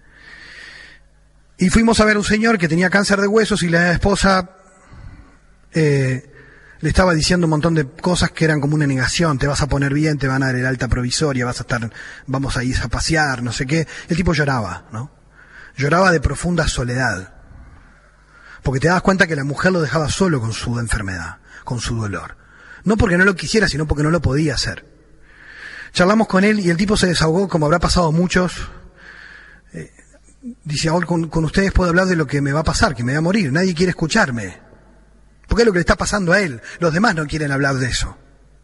Y fuimos a ver a un señor que tenía cáncer de huesos y la esposa eh, le estaba diciendo un montón de cosas que eran como una negación. Te vas a poner bien, te van a dar el alta provisoria, vas a estar, vamos a ir a pasear, no sé qué. El tipo lloraba, ¿no? Lloraba de profunda soledad. Porque te das cuenta que la mujer lo dejaba solo con su enfermedad, con su dolor. No porque no lo quisiera, sino porque no lo podía hacer. Charlamos con él y el tipo se desahogó, como habrá pasado a muchos. Eh, dice, ahora con, con ustedes puedo hablar de lo que me va a pasar, que me voy a morir. Nadie quiere escucharme. Porque es lo que le está pasando a él. Los demás no quieren hablar de eso.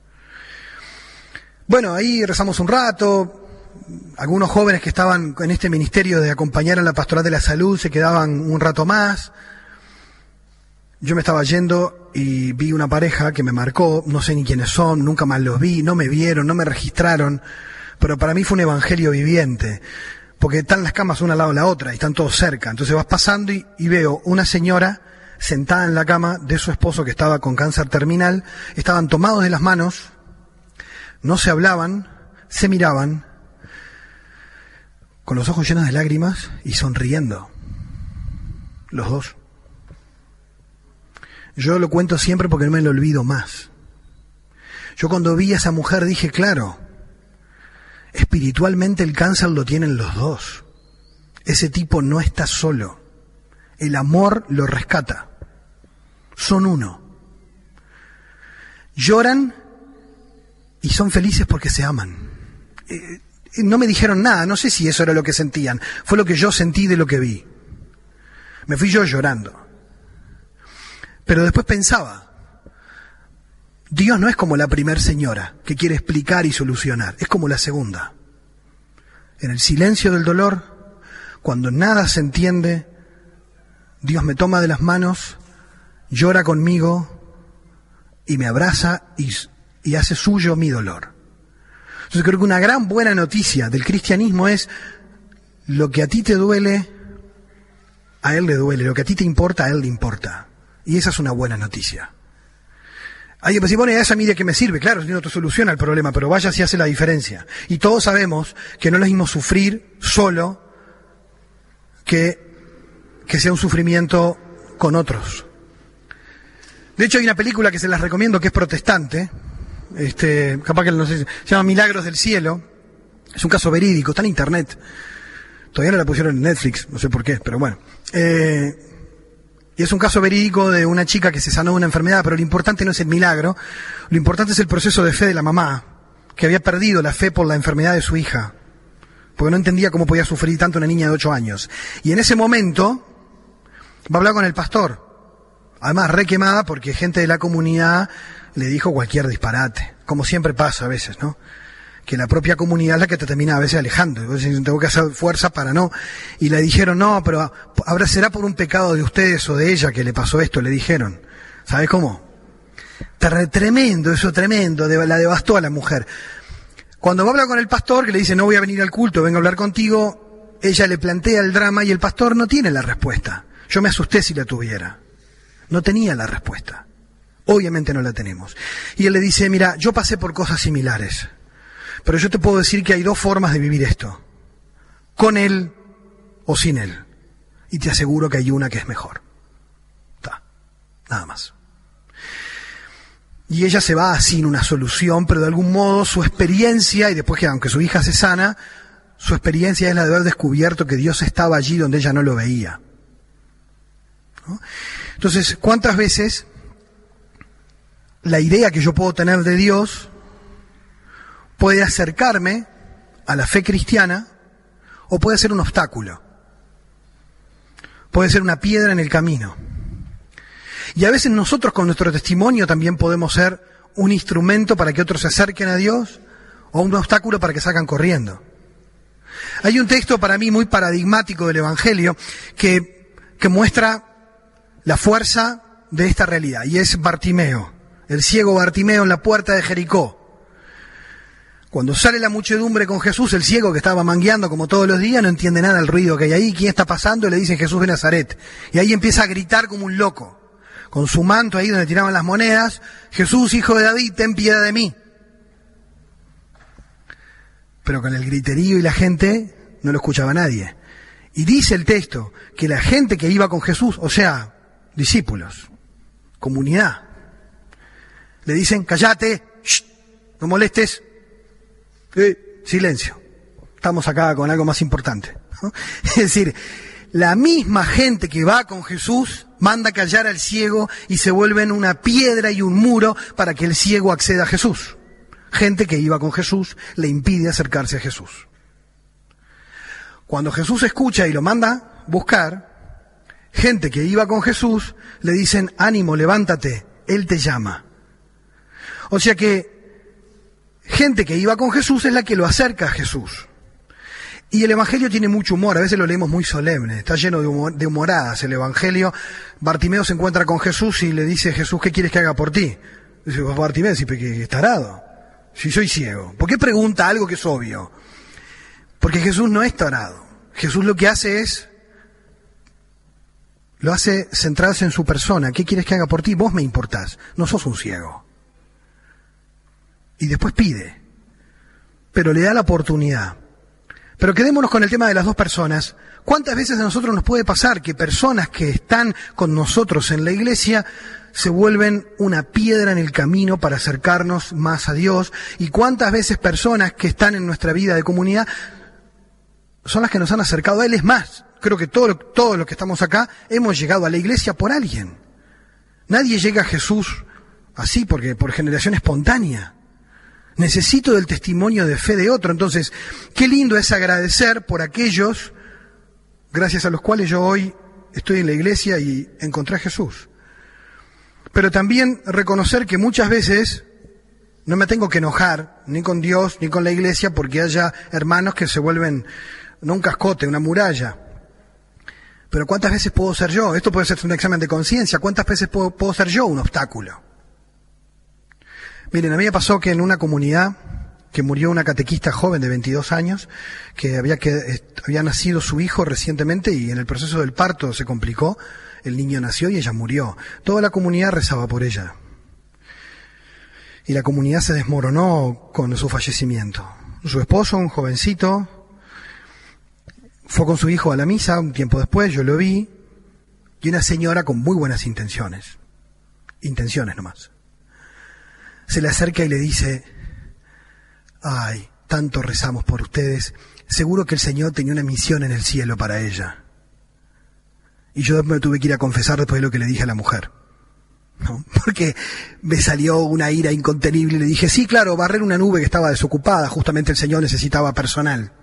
Bueno, ahí rezamos un rato. Algunos jóvenes que estaban en este ministerio de acompañar a la pastoral de la salud se quedaban un rato más. Yo me estaba yendo y vi una pareja que me marcó, no sé ni quiénes son, nunca más los vi, no me vieron, no me registraron, pero para mí fue un evangelio viviente, porque están las camas una al lado de la otra y están todos cerca. Entonces vas pasando y, y veo una señora sentada en la cama de su esposo que estaba con cáncer terminal, estaban tomados de las manos, no se hablaban, se miraban, con los ojos llenos de lágrimas y sonriendo, los dos. Yo lo cuento siempre porque no me lo olvido más. Yo cuando vi a esa mujer dije, claro, espiritualmente el cáncer lo tienen los dos. Ese tipo no está solo. El amor lo rescata. Son uno. Lloran y son felices porque se aman. Eh, no me dijeron nada, no sé si eso era lo que sentían. Fue lo que yo sentí de lo que vi. Me fui yo llorando. Pero después pensaba, Dios no es como la primer señora que quiere explicar y solucionar, es como la segunda. En el silencio del dolor, cuando nada se entiende, Dios me toma de las manos, llora conmigo y me abraza y, y hace suyo mi dolor. Entonces creo que una gran buena noticia del cristianismo es lo que a ti te duele, a Él le duele, lo que a ti te importa, a Él le importa. Y esa es una buena noticia. Alguien puede decir, bueno, ¿y a esa medida que me sirve? Claro, no te soluciona el problema, pero vaya si hace la diferencia. Y todos sabemos que no es lo mismo sufrir solo que, que sea un sufrimiento con otros. De hecho, hay una película que se las recomiendo que es protestante, este, capaz que no sé, se llama Milagros del Cielo. Es un caso verídico, está en internet. Todavía no la pusieron en Netflix, no sé por qué, pero bueno. Eh, Y es un caso verídico de una chica que se sanó de una enfermedad, pero lo importante no es el milagro, lo importante es el proceso de fe de la mamá, que había perdido la fe por la enfermedad de su hija, porque no entendía cómo podía sufrir tanto una niña de ocho años. Y en ese momento va a hablar con el pastor, además re quemada porque gente de la comunidad le dijo cualquier disparate, como siempre pasa a veces, ¿no? Que la propia comunidad es la que te termina a veces alejando. Entonces tengo que hacer fuerza para no. Y le dijeron, no, pero ahora será por un pecado de ustedes o de ella que le pasó esto, le dijeron. ¿Sabes cómo? Tremendo, eso tremendo, la devastó a la mujer. Cuando va a hablar con el pastor, que le dice, no voy a venir al culto, vengo a hablar contigo, ella le plantea el drama y el pastor no tiene la respuesta. Yo me asusté si la tuviera. No tenía la respuesta. Obviamente no la tenemos. Y él le dice, mira, yo pasé por cosas similares. Pero yo te puedo decir que hay dos formas de vivir esto. Con él o sin él. Y te aseguro que hay una que es mejor. Está. Nada más. y ella se va sin una solución, pero de algún modo su experiencia, y después que aunque su hija se sana, su experiencia es la de haber descubierto que Dios estaba allí donde ella no lo veía. ¿No? Entonces, ¿cuántas veces la idea que yo puedo tener de Dios puede acercarme a la fe cristiana o puede ser un obstáculo? Puede ser una piedra en el camino. Y a veces nosotros con nuestro testimonio también podemos ser un instrumento para que otros se acerquen a Dios o un obstáculo para que salgan corriendo. Hay un texto para mí muy paradigmático del Evangelio que, que muestra la fuerza de esta realidad, y es Bartimeo, el ciego Bartimeo en la puerta de Jericó. Cuando sale la muchedumbre con Jesús, el ciego que estaba mangueando como todos los días no entiende nada del ruido que hay ahí. ¿Quién está pasando? Le dicen Jesús de Nazaret. Y ahí empieza a gritar como un loco, con su manto ahí donde tiraban las monedas: Jesús, hijo de David, ten piedad de mí. Pero con el griterío y la gente no lo escuchaba nadie. Y dice el texto que la gente que iba con Jesús, o sea, discípulos, comunidad, le dicen: cállate, shh, no molestes, eh, silencio, estamos acá con algo más importante, ¿no? Es decir, la misma gente que va con Jesús manda callar al ciego y se vuelven una piedra y un muro para que el ciego acceda a Jesús. Gente que iba con Jesús le impide acercarse a Jesús. Cuando Jesús escucha y lo manda buscar, gente que iba con Jesús le dicen: ánimo, levántate, Él te llama. O sea que gente que iba con Jesús es la que lo acerca a Jesús. Y el Evangelio tiene mucho humor, a veces lo leemos muy solemne, está lleno de, humor, de humoradas el Evangelio. Bartimeo se encuentra con Jesús y le dice: Jesús, ¿qué quieres que haga por ti? Dice Bartimeo: sí, que es tarado, si soy ciego. ¿Por qué pregunta algo que es obvio? Porque Jesús no es tarado. Jesús lo que hace es, lo hace centrarse en su persona. ¿Qué quieres que haga por ti? Vos me importás, no sos un ciego. Y después pide, pero le da la oportunidad. Pero quedémonos con el tema de las dos personas. ¿Cuántas veces a nosotros nos puede pasar que personas que están con nosotros en la iglesia se vuelven una piedra en el camino para acercarnos más a Dios? ¿Y cuántas veces personas que están en nuestra vida de comunidad son las que nos han acercado a Él? Es más, creo que todos todo los que estamos acá hemos llegado a la iglesia por alguien. Nadie llega a Jesús así porque por generación espontánea. Necesito del testimonio de fe de otro. Entonces, qué lindo es agradecer por aquellos gracias a los cuales yo hoy estoy en la iglesia y encontré a Jesús. Pero también reconocer que muchas veces no me tengo que enojar ni con Dios ni con la iglesia porque haya hermanos que se vuelven no un cascote, una muralla. Pero ¿cuántas veces puedo ser yo? Esto puede ser un examen de conciencia. ¿Cuántas veces puedo, puedo ser yo un obstáculo? Miren, a mí me pasó que en una comunidad que murió una catequista joven de veintidós años, que había, que había nacido su hijo recientemente y en el proceso del parto se complicó, el niño nació y ella murió. Toda la comunidad rezaba por ella. Y la comunidad se desmoronó con su fallecimiento. Su esposo, un jovencito, fue con su hijo a la misa un tiempo después, yo lo vi, y una señora con muy buenas intenciones, intenciones nomás. Se le acerca y le dice: ay, tanto rezamos por ustedes, seguro que el Señor tenía una misión en el cielo para ella. Y yo me tuve que ir a confesar después de lo que le dije a la mujer, ¿no? Porque me salió una ira incontenible y le dije: sí, claro, barrer una nube que estaba desocupada, justamente el Señor necesitaba personal.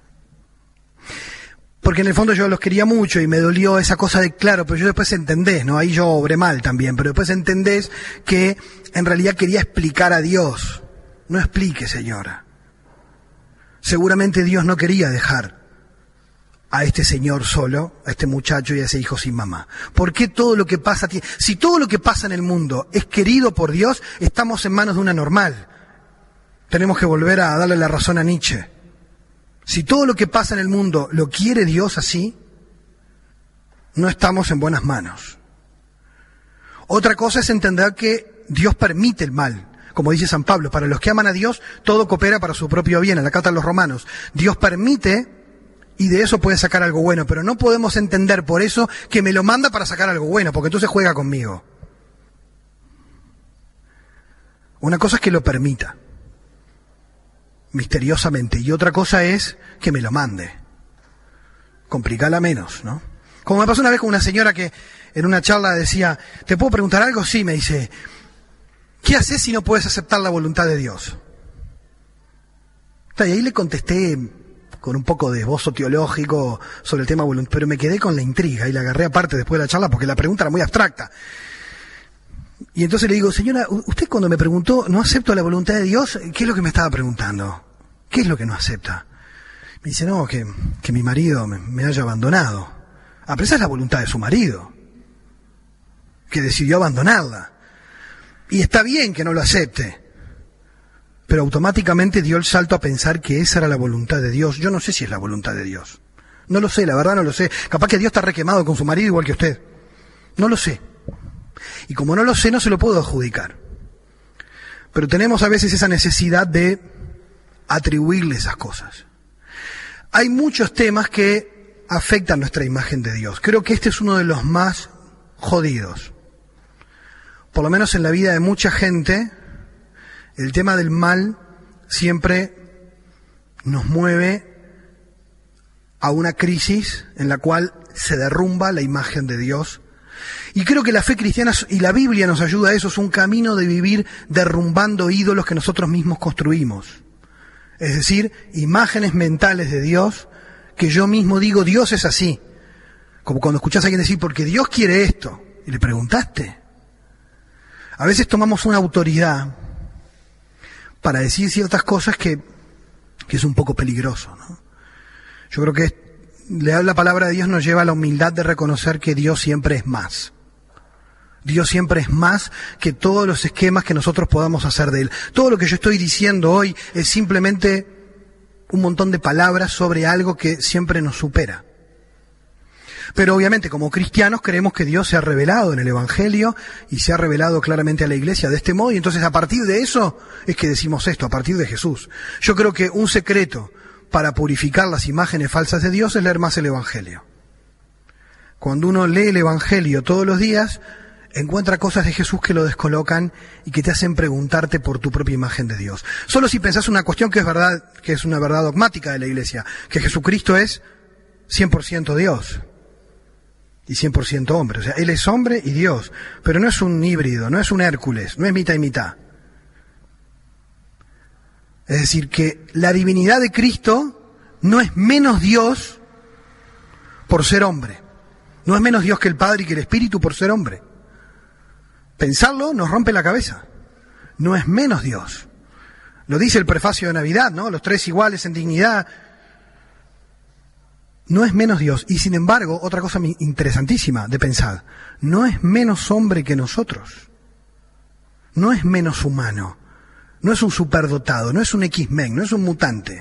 Porque en el fondo yo los quería mucho y me dolió esa cosa de, claro, pero yo después entendés, ¿no? Ahí yo obré mal también, pero después entendés que en realidad quería explicar a Dios. No explique, señora. Seguramente Dios no quería dejar a este señor solo, a este muchacho y a ese hijo sin mamá. ¿Por qué todo lo que pasa, si todo lo que pasa en el mundo es querido por Dios, estamos en manos de una normal? Tenemos que volver a darle la razón a Nietzsche. Si todo lo que pasa en el mundo lo quiere Dios así, no estamos en buenas manos. Otra cosa es entender que Dios permite el mal. Como dice San Pablo, para los que aman a Dios, todo coopera para su propio bien, en la carta a los Romanos. Dios permite y de eso puede sacar algo bueno, pero no podemos entender por eso que me lo manda para sacar algo bueno, porque entonces juega conmigo. Una cosa es que lo permita, misteriosamente, y otra cosa es que me lo mande. Complicala menos, ¿no? Como me pasó una vez con una señora que en una charla decía, ¿te puedo preguntar algo? Sí, me dice, ¿qué haces si no puedes aceptar la voluntad de Dios? Y ahí le contesté con un poco de esbozo teológico sobre el tema voluntad, pero me quedé con la intriga y la agarré aparte después de la charla porque la pregunta era muy abstracta. Y entonces le digo, señora, usted cuando me preguntó, ¿no acepto la voluntad de Dios? ¿Qué es lo que me estaba preguntando? ¿Qué es lo que no acepta? Me dice, no, que, que mi marido me, me haya abandonado. Ah, pero esa es la voluntad de su marido, que decidió abandonarla. Y está bien que no lo acepte, pero automáticamente dio el salto a pensar que esa era la voluntad de Dios. Yo no sé si es la voluntad de Dios. No lo sé, la verdad no lo sé. Capaz que Dios está requemado con su marido igual que usted. No lo sé. Y como no lo sé, no se lo puedo adjudicar. Pero tenemos a veces esa necesidad de atribuirle esas cosas. Hay muchos temas que afectan nuestra imagen de Dios. Creo que este es uno de los más jodidos. Por lo menos en la vida de mucha gente, el tema del mal siempre nos mueve a una crisis en la cual se derrumba la imagen de Dios. Y creo que la fe cristiana y la Biblia nos ayuda a eso, es un camino de vivir derrumbando ídolos que nosotros mismos construimos. Es decir, imágenes mentales de Dios que yo mismo digo, Dios es así. Como cuando escuchás a alguien decir, porque Dios quiere esto, y le preguntaste. A veces tomamos una autoridad para decir ciertas cosas que, que es un poco peligroso, ¿no? Yo creo que leer la palabra de Dios nos lleva a la humildad de reconocer que Dios siempre es más. Dios siempre es más que todos los esquemas que nosotros podamos hacer de Él. Todo lo que yo estoy diciendo hoy es simplemente un montón de palabras sobre algo que siempre nos supera. Pero obviamente como cristianos creemos que Dios se ha revelado en el Evangelio y se ha revelado claramente a la Iglesia de este modo, y entonces a partir de eso es que decimos esto, a partir de Jesús. Yo creo que un secreto para purificar las imágenes falsas de Dios es leer más el Evangelio. Cuando uno lee el Evangelio todos los días, encuentra cosas de Jesús que lo descolocan y que te hacen preguntarte por tu propia imagen de Dios. Solo si pensás una cuestión que es verdad, que es una verdad dogmática de la Iglesia, que Jesucristo es cien por ciento Dios y cien por ciento hombre. O sea, Él es hombre y Dios, pero no es un híbrido, no es un Hércules, no es mitad y mitad. Es decir, que la divinidad de Cristo no es menos Dios por ser hombre. No es menos Dios que el Padre y que el Espíritu por ser hombre. Pensarlo nos rompe la cabeza. No es menos Dios. Lo dice el prefacio de Navidad, ¿no? Los tres iguales en dignidad. No es menos Dios. Y sin embargo, otra cosa interesantísima de pensar, no es menos hombre que nosotros. No es menos humano. No es un superdotado, no es un X-Men, no es un mutante.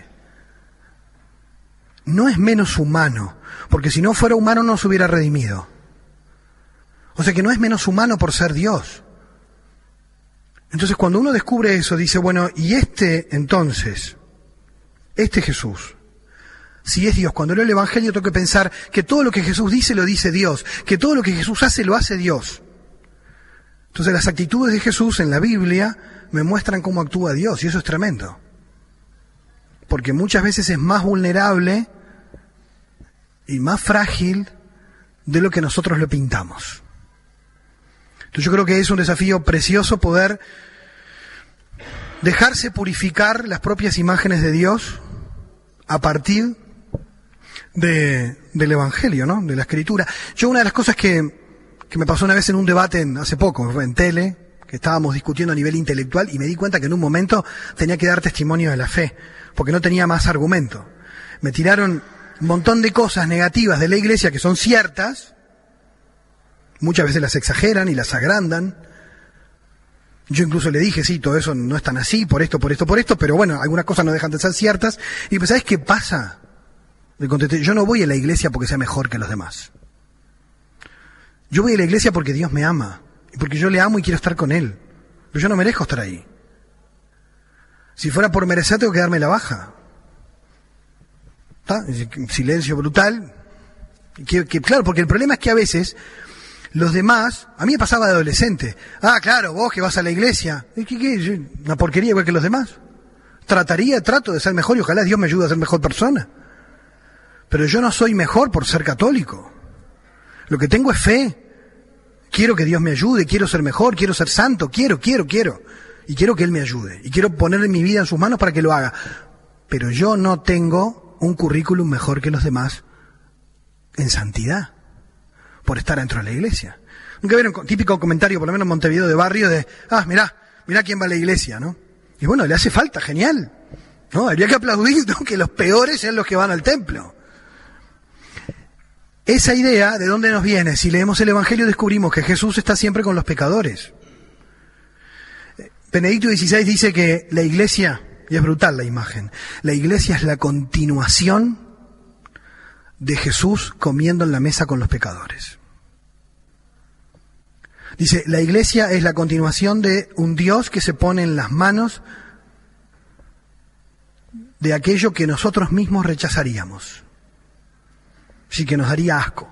No es menos humano, porque si no fuera humano no se hubiera redimido. O sea que no es menos humano por ser Dios. Entonces cuando uno descubre eso, dice, bueno, y este entonces, este Jesús, si es Dios, cuando leo el Evangelio tengo que pensar que todo lo que Jesús dice lo dice Dios, que todo lo que Jesús hace lo hace Dios. Entonces las actitudes de Jesús en la Biblia me muestran cómo actúa Dios, y eso es tremendo. Porque muchas veces es más vulnerable y más frágil de lo que nosotros lo pintamos. Entonces yo creo que es un desafío precioso poder dejarse purificar las propias imágenes de Dios a partir de, del Evangelio, ¿no? De la Escritura. Yo una de las cosas que, que me pasó una vez en un debate en, hace poco, en tele, que estábamos discutiendo a nivel intelectual, y me di cuenta que en un momento tenía que dar testimonio de la fe, porque no tenía más argumento. Me tiraron un montón de cosas negativas de la Iglesia que son ciertas, muchas veces las exageran y las agrandan. Yo incluso le dije, sí, todo eso no es tan así, por esto, por esto, por esto, pero bueno, algunas cosas no dejan de ser ciertas. Y pues, ¿sabes qué pasa? Le contesté, yo no voy a la iglesia porque sea mejor que los demás. Yo voy a la iglesia porque Dios me ama, y porque yo le amo y quiero estar con Él. Pero yo no merezco estar ahí. Si fuera por merecer, tengo que darme la baja. ¿Está? Silencio brutal. Que, que, claro, porque el problema es que a veces Los demás, a mí me pasaba de adolescente. Ah, claro, vos que vas a la iglesia. ¿Qué, qué? ¿Una porquería igual que los demás? Trataría, trato de ser mejor y ojalá Dios me ayude a ser mejor persona. Pero yo no soy mejor por ser católico. Lo que tengo es fe. Quiero que Dios me ayude, quiero ser mejor, quiero ser santo, quiero, quiero, quiero. Y quiero que Él me ayude. Y quiero poner mi vida en sus manos para que lo haga. Pero yo no tengo un currículum mejor que los demás en santidad, por estar dentro de la iglesia. Nunca vieron un típico comentario, por lo menos en Montevideo de barrio, de, ah, mirá, mirá quién va a la iglesia, ¿no? Y bueno, le hace falta, genial, ¿no? Habría que aplaudir, ¿no?, que los peores sean los que van al templo. Esa idea, ¿de dónde nos viene? Si leemos el Evangelio descubrimos que Jesús está siempre con los pecadores. Benedicto dieciséis dice que la iglesia, y es brutal la imagen, la iglesia es la continuación de Jesús comiendo en la mesa con los pecadores. Dice, la iglesia es la continuación de un Dios que se pone en las manos de aquello que nosotros mismos rechazaríamos. Sí, que nos daría asco.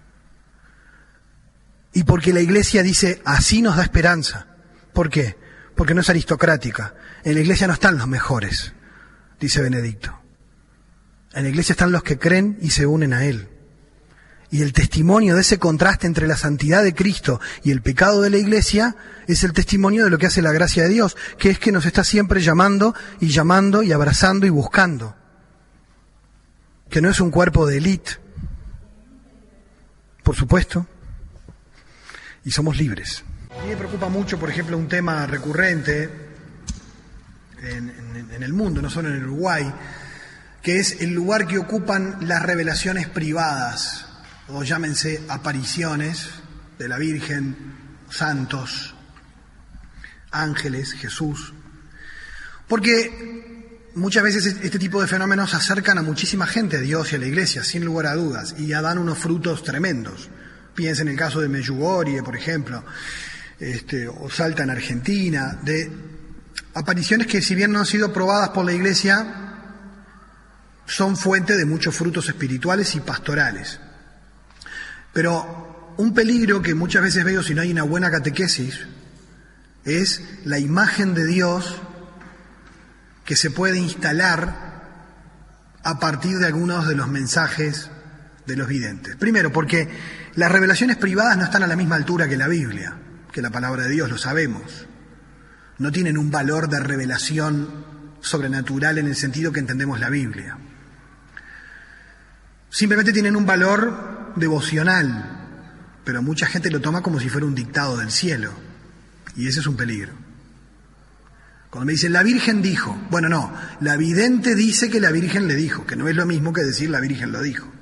Y porque la iglesia dice, así nos da esperanza. ¿Por qué? Porque no es aristocrática. En la iglesia no están los mejores, dice Benedicto. En la iglesia están los que creen y se unen a Él. Y el testimonio de ese contraste entre la santidad de Cristo y el pecado de la iglesia es el testimonio de lo que hace la gracia de Dios, que es que nos está siempre llamando y llamando y abrazando y buscando. Que no es un cuerpo de élite, por supuesto, y somos libres. A mí me preocupa mucho, por ejemplo, un tema recurrente en, en, en el mundo, no solo en el Uruguay, que es el lugar que ocupan las revelaciones privadas, o llámense apariciones de la Virgen, santos, ángeles, Jesús. Porque muchas veces este tipo de fenómenos acercan a muchísima gente a Dios y a la Iglesia, sin lugar a dudas, y ya dan unos frutos tremendos. Piensen en el caso de Medjugorje, por ejemplo, este, o Salta en Argentina, de apariciones que, si bien no han sido probadas por la Iglesia, son fuente de muchos frutos espirituales y pastorales. Pero un peligro que muchas veces veo si no hay una buena catequesis es la imagen de Dios que se puede instalar a partir de algunos de los mensajes de los videntes. Primero, porque las revelaciones privadas no están a la misma altura que la Biblia, que la palabra de Dios, lo sabemos. No tienen un valor de revelación sobrenatural en el sentido que entendemos la Biblia. Simplemente tienen un valor devocional, pero mucha gente lo toma como si fuera un dictado del cielo, y ese es un peligro. Cuando me dicen, la Virgen dijo, bueno, no, la vidente dice que la Virgen le dijo, que no es lo mismo que decir la Virgen lo dijo.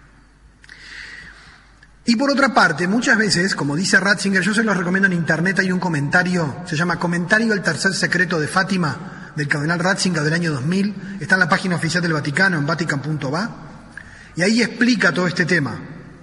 Y por otra parte, muchas veces, como dice Ratzinger, yo se los recomiendo en internet, hay un comentario, se llama Comentario al tercer secreto de Fátima, del cardenal Ratzinger del año dos mil, está en la página oficial del Vaticano, en vatican punto va, y ahí explica todo este tema.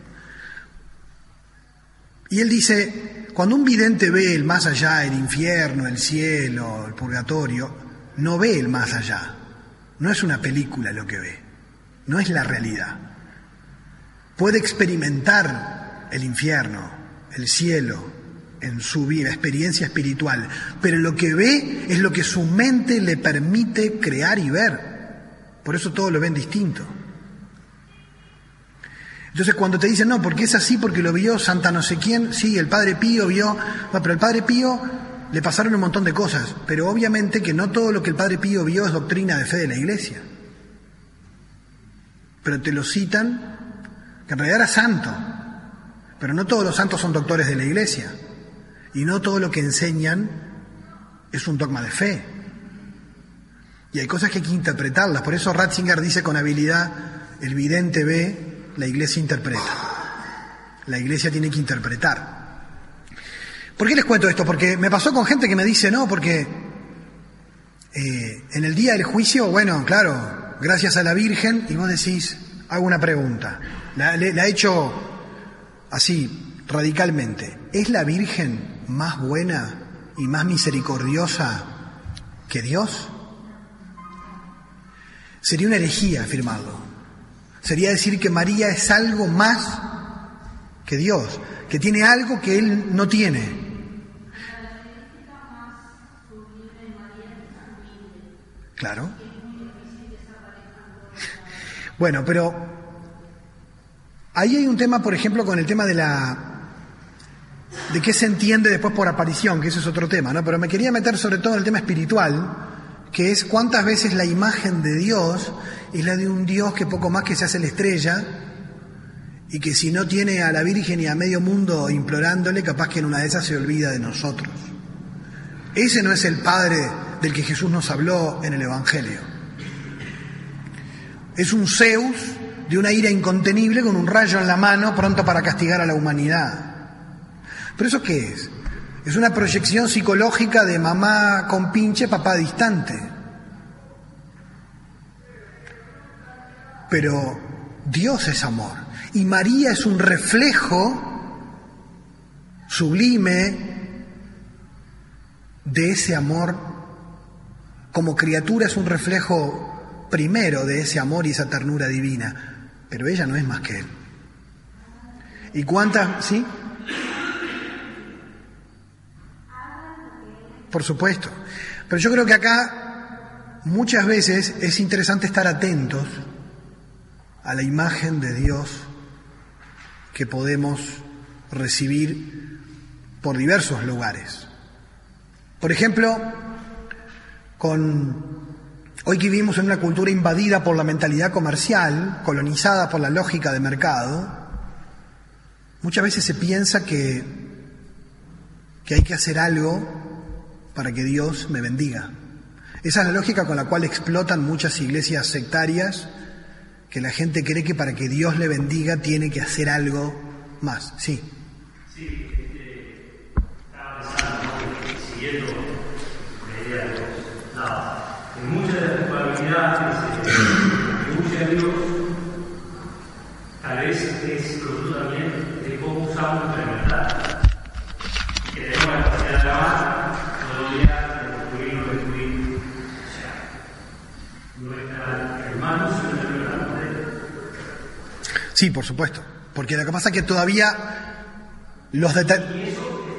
Y él dice, cuando un vidente ve el más allá, el infierno, el cielo, el purgatorio, no ve el más allá. No es una película lo que ve, no es la realidad. Puede experimentar el infierno, el cielo, en su vida, experiencia espiritual, pero lo que ve es lo que su mente le permite crear y ver. Por eso todo lo ven distinto. Entonces cuando te dicen, no, porque es así, porque lo vio Santa no sé quién, sí, el Padre Pío vio, no, pero el Padre Pío le pasaron un montón de cosas, pero obviamente que no todo lo que el Padre Pío vio es doctrina de fe de la Iglesia. Pero te lo citan, que en realidad era santo, pero no todos los santos son doctores de la Iglesia, y no todo lo que enseñan es un dogma de fe. Y hay cosas que hay que interpretarlas, por eso Ratzinger dice con habilidad, el vidente ve, la Iglesia interpreta. La Iglesia tiene que interpretar. ¿Por qué les cuento esto? Porque me pasó con gente que me dice, no, porque eh, en el día del juicio, bueno, claro, gracias a la Virgen, y vos decís, hago una pregunta, la, la he hecho así, radicalmente. ¿Es la Virgen más buena y más misericordiosa que Dios? Sería una herejía afirmarlo. Sería decir que María es algo más que Dios, que tiene algo que Él no tiene. Claro. Bueno, pero ahí hay un tema, por ejemplo, con el tema de la de qué se entiende después por aparición, que ese es otro tema, ¿no? Pero me quería meter sobre todo en el tema espiritual, que es cuántas veces la imagen de Dios es la de un Dios que poco más que se hace la estrella y que si no tiene a la Virgen y a medio mundo implorándole, capaz que en una de esas se olvida de nosotros. Ese no es el Padre del que Jesús nos habló en el Evangelio. Es un Zeus de una ira incontenible con un rayo en la mano pronto para castigar a la humanidad. ¿Pero eso qué es? Es una proyección psicológica de mamá con pinche, papá distante. Pero Dios es amor. Y María es un reflejo sublime de ese amor. Como criatura es un reflejo primero de ese amor y esa ternura divina. Pero ella no es más que Él. ¿Y cuántas? ¿Sí? Por supuesto. Pero yo creo que acá muchas veces es interesante estar atentos a la imagen de Dios que podemos recibir por diversos lugares. Por ejemplo, con hoy que vivimos en una cultura invadida por la mentalidad comercial, colonizada por la lógica de mercado, muchas veces se piensa que, que hay que hacer algo para que Dios me bendiga. Esa es la lógica con la cual explotan muchas iglesias sectarias, que la gente cree que para que Dios le bendiga tiene que hacer algo más. Sí. Sí, este, estaba pensando, siguiendo la idea de nada, en muchas de las probabilidades que se atribuye a Dios, tal vez es producto también de cómo usamos nuestra verdad, que tenemos la capacidad de amar. Sí, por supuesto, porque lo que pasa es que todavía los deter...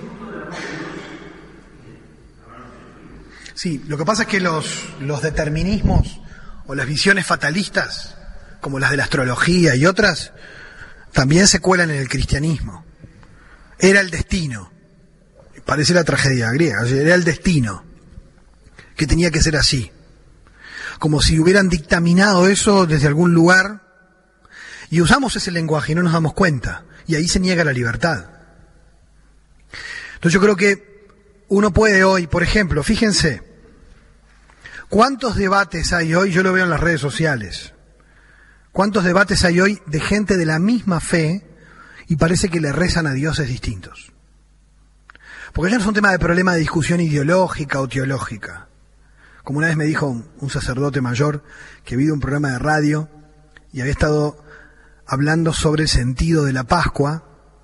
Sí, lo que pasa es que los, los determinismos o las visiones fatalistas, como las de la astrología y otras, también se cuelan en el cristianismo. Era el destino, parece la tragedia griega, era el destino, que tenía que ser así, como si hubieran dictaminado eso desde algún lugar. Y usamos ese lenguaje y no nos damos cuenta. Y ahí se niega la libertad. Entonces yo creo que uno puede hoy, por ejemplo, fíjense, ¿cuántos debates hay hoy? Yo lo veo en las redes sociales. ¿Cuántos debates hay hoy de gente de la misma fe y parece que le rezan a dioses distintos? Porque ya no es un tema de problema de discusión ideológica o teológica. Como una vez me dijo un, un sacerdote mayor que vi un programa de radio y había estado hablando sobre el sentido de la Pascua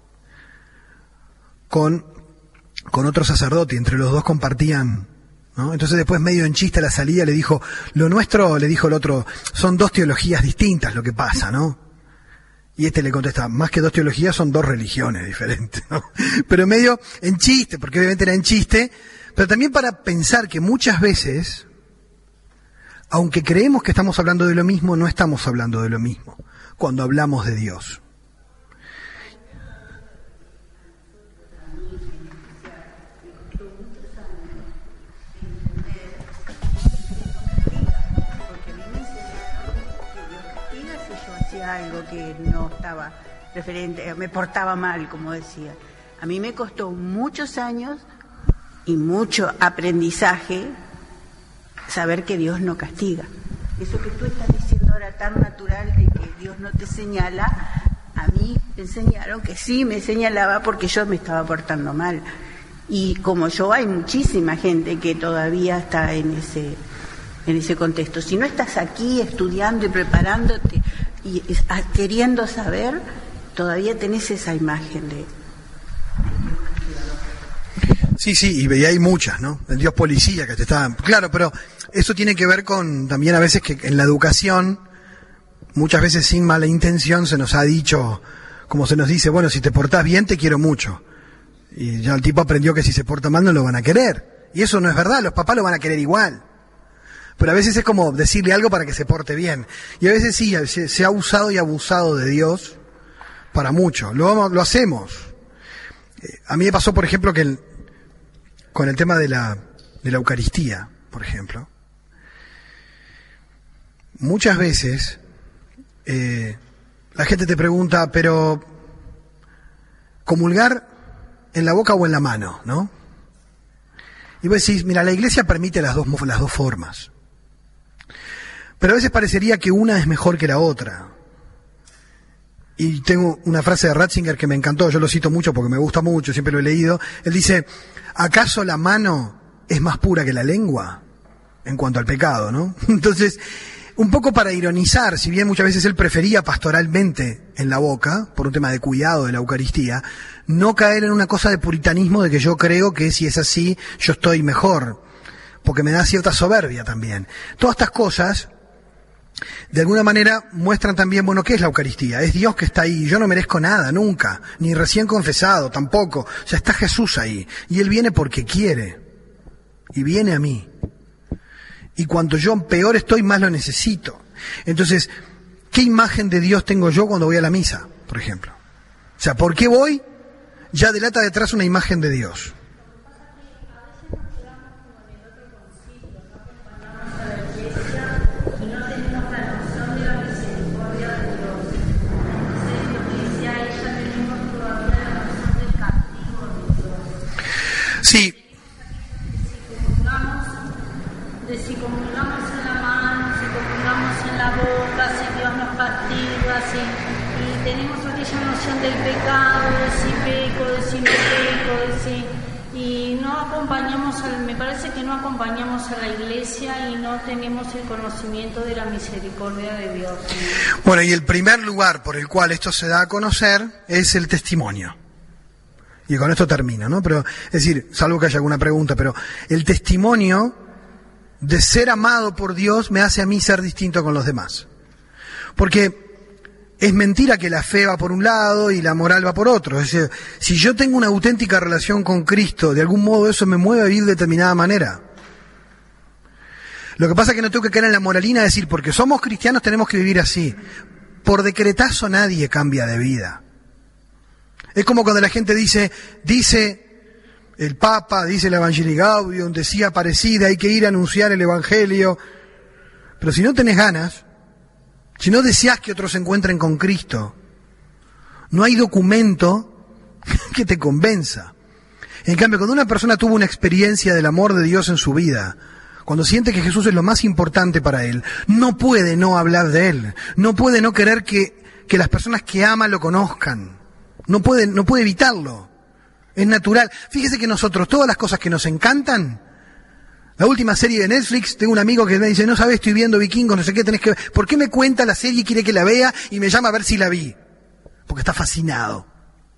con, con otro sacerdote, y entre los dos compartían, ¿no? Entonces después, medio en chiste a la salida, le dijo, lo nuestro, le dijo el otro, son dos teologías distintas lo que pasa, ¿no? Y este le contesta, más que dos teologías, son dos religiones diferentes, ¿no? Pero medio en chiste, porque obviamente era en chiste, pero también para pensar que muchas veces, aunque creemos que estamos hablando de lo mismo, no estamos hablando de lo mismo cuando hablamos de Dios. Algo que no estaba referente, me portaba mal, como decía. A mí me costó muchos años y mucho aprendizaje saber que Dios no castiga. Eso que tú estás diciendo ahora tan natural de que Dios no te señala, a mí me enseñaron que sí me señalaba porque yo me estaba portando mal. Y como yo, hay muchísima gente que todavía está en ese, en ese contexto. Si no estás aquí estudiando y preparándote y queriendo saber, todavía tenés esa imagen de... Sí, sí, y hay muchas, ¿no? El Dios policía que te está... Claro, pero eso tiene que ver con también a veces que en la educación, muchas veces sin mala intención, se nos ha dicho como se nos dice, bueno, si te portás bien te quiero mucho. Y ya el tipo aprendió que si se porta mal no lo van a querer. Y eso no es verdad, los papás lo van a querer igual. Pero a veces es como decirle algo para que se porte bien. Y a veces sí, se, se ha usado y abusado de Dios para mucho. Lo, vamos, lo hacemos. Eh, a mí me pasó, por ejemplo, que el, con el tema de la, de la Eucaristía, por ejemplo, muchas veces eh, la gente te pregunta, pero comulgar en la boca o en la mano, ¿no? Y vos decís, mira, la Iglesia permite las dos, las dos formas. Pero a veces parecería que una es mejor que la otra. Y tengo una frase de Ratzinger que me encantó, yo lo cito mucho porque me gusta mucho, siempre lo he leído. Él dice, ¿acaso la mano es más pura que la lengua? En cuanto al pecado, ¿no? Entonces, un poco para ironizar, si bien muchas veces él prefería pastoralmente en la boca, por un tema de cuidado de la Eucaristía, no caer en una cosa de puritanismo de que yo creo que si es así, yo estoy mejor, porque me da cierta soberbia también. Todas estas cosas, de alguna manera, muestran también, bueno, ¿qué es la Eucaristía? Es Dios que está ahí, yo no merezco nada, nunca, ni recién confesado, tampoco. O sea, está Jesús ahí, y Él viene porque quiere, y viene a mí. Y cuanto yo peor estoy, más lo necesito. Entonces, ¿qué imagen de Dios tengo yo cuando voy a la misa, por ejemplo? O sea, ¿por qué voy? Ya delata detrás una imagen de Dios. Sí. De si comulgamos en la mano, si comulgamos en la boca, si Dios nos castiga, si, y tenemos aquella noción del pecado, de si peco, de si no peco, de si, y no acompañamos, al, me parece que no acompañamos a la Iglesia y no tenemos el conocimiento de la misericordia de Dios. Bueno, y el primer lugar por el cual esto se da a conocer es el testimonio. Y con esto termino, ¿no? Pero, es decir, salvo que haya alguna pregunta, pero el testimonio de ser amado por Dios me hace a mí ser distinto con los demás. Porque es mentira que la fe va por un lado y la moral va por otro. Es decir, si yo tengo una auténtica relación con Cristo, de algún modo eso me mueve a vivir de determinada manera. Lo que pasa es que no tengo que caer en la moralina de decir, porque somos cristianos tenemos que vivir así. Por decretazo nadie cambia de vida. Es como cuando la gente dice, dice el Papa, dice el Evangelii Gaudium, decía Aparecida, hay que ir a anunciar el Evangelio. Pero si no tenés ganas, si no deseás que otros se encuentren con Cristo, no hay documento que te convenza. En cambio, cuando una persona tuvo una experiencia del amor de Dios en su vida, cuando siente que Jesús es lo más importante para él, no puede no hablar de él, no puede no querer que, que las personas que ama lo conozcan. No puede, no puede evitarlo. Es natural. Fíjese que nosotros, todas las cosas que nos encantan, la última serie de Netflix, tengo un amigo que me dice, no sabes, estoy viendo Vikingos, no sé qué, tenés que ver. ¿Por qué me cuenta la serie y quiere que la vea y me llama a ver si la vi? Porque está fascinado.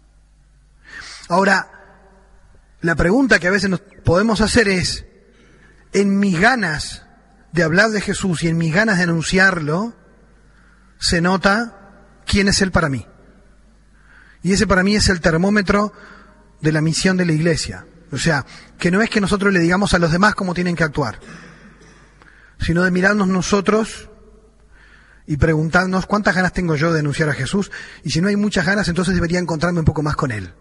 Ahora, la pregunta que a veces nos podemos hacer es, en mis ganas de hablar de Jesús y en mis ganas de anunciarlo, se nota quién es Él para mí. Y ese para mí es el termómetro de la misión de la Iglesia. O sea, que no es que nosotros le digamos a los demás cómo tienen que actuar, sino de mirarnos nosotros y preguntarnos cuántas ganas tengo yo de anunciar a Jesús. Y si no hay muchas ganas, entonces debería encontrarme un poco más con Él.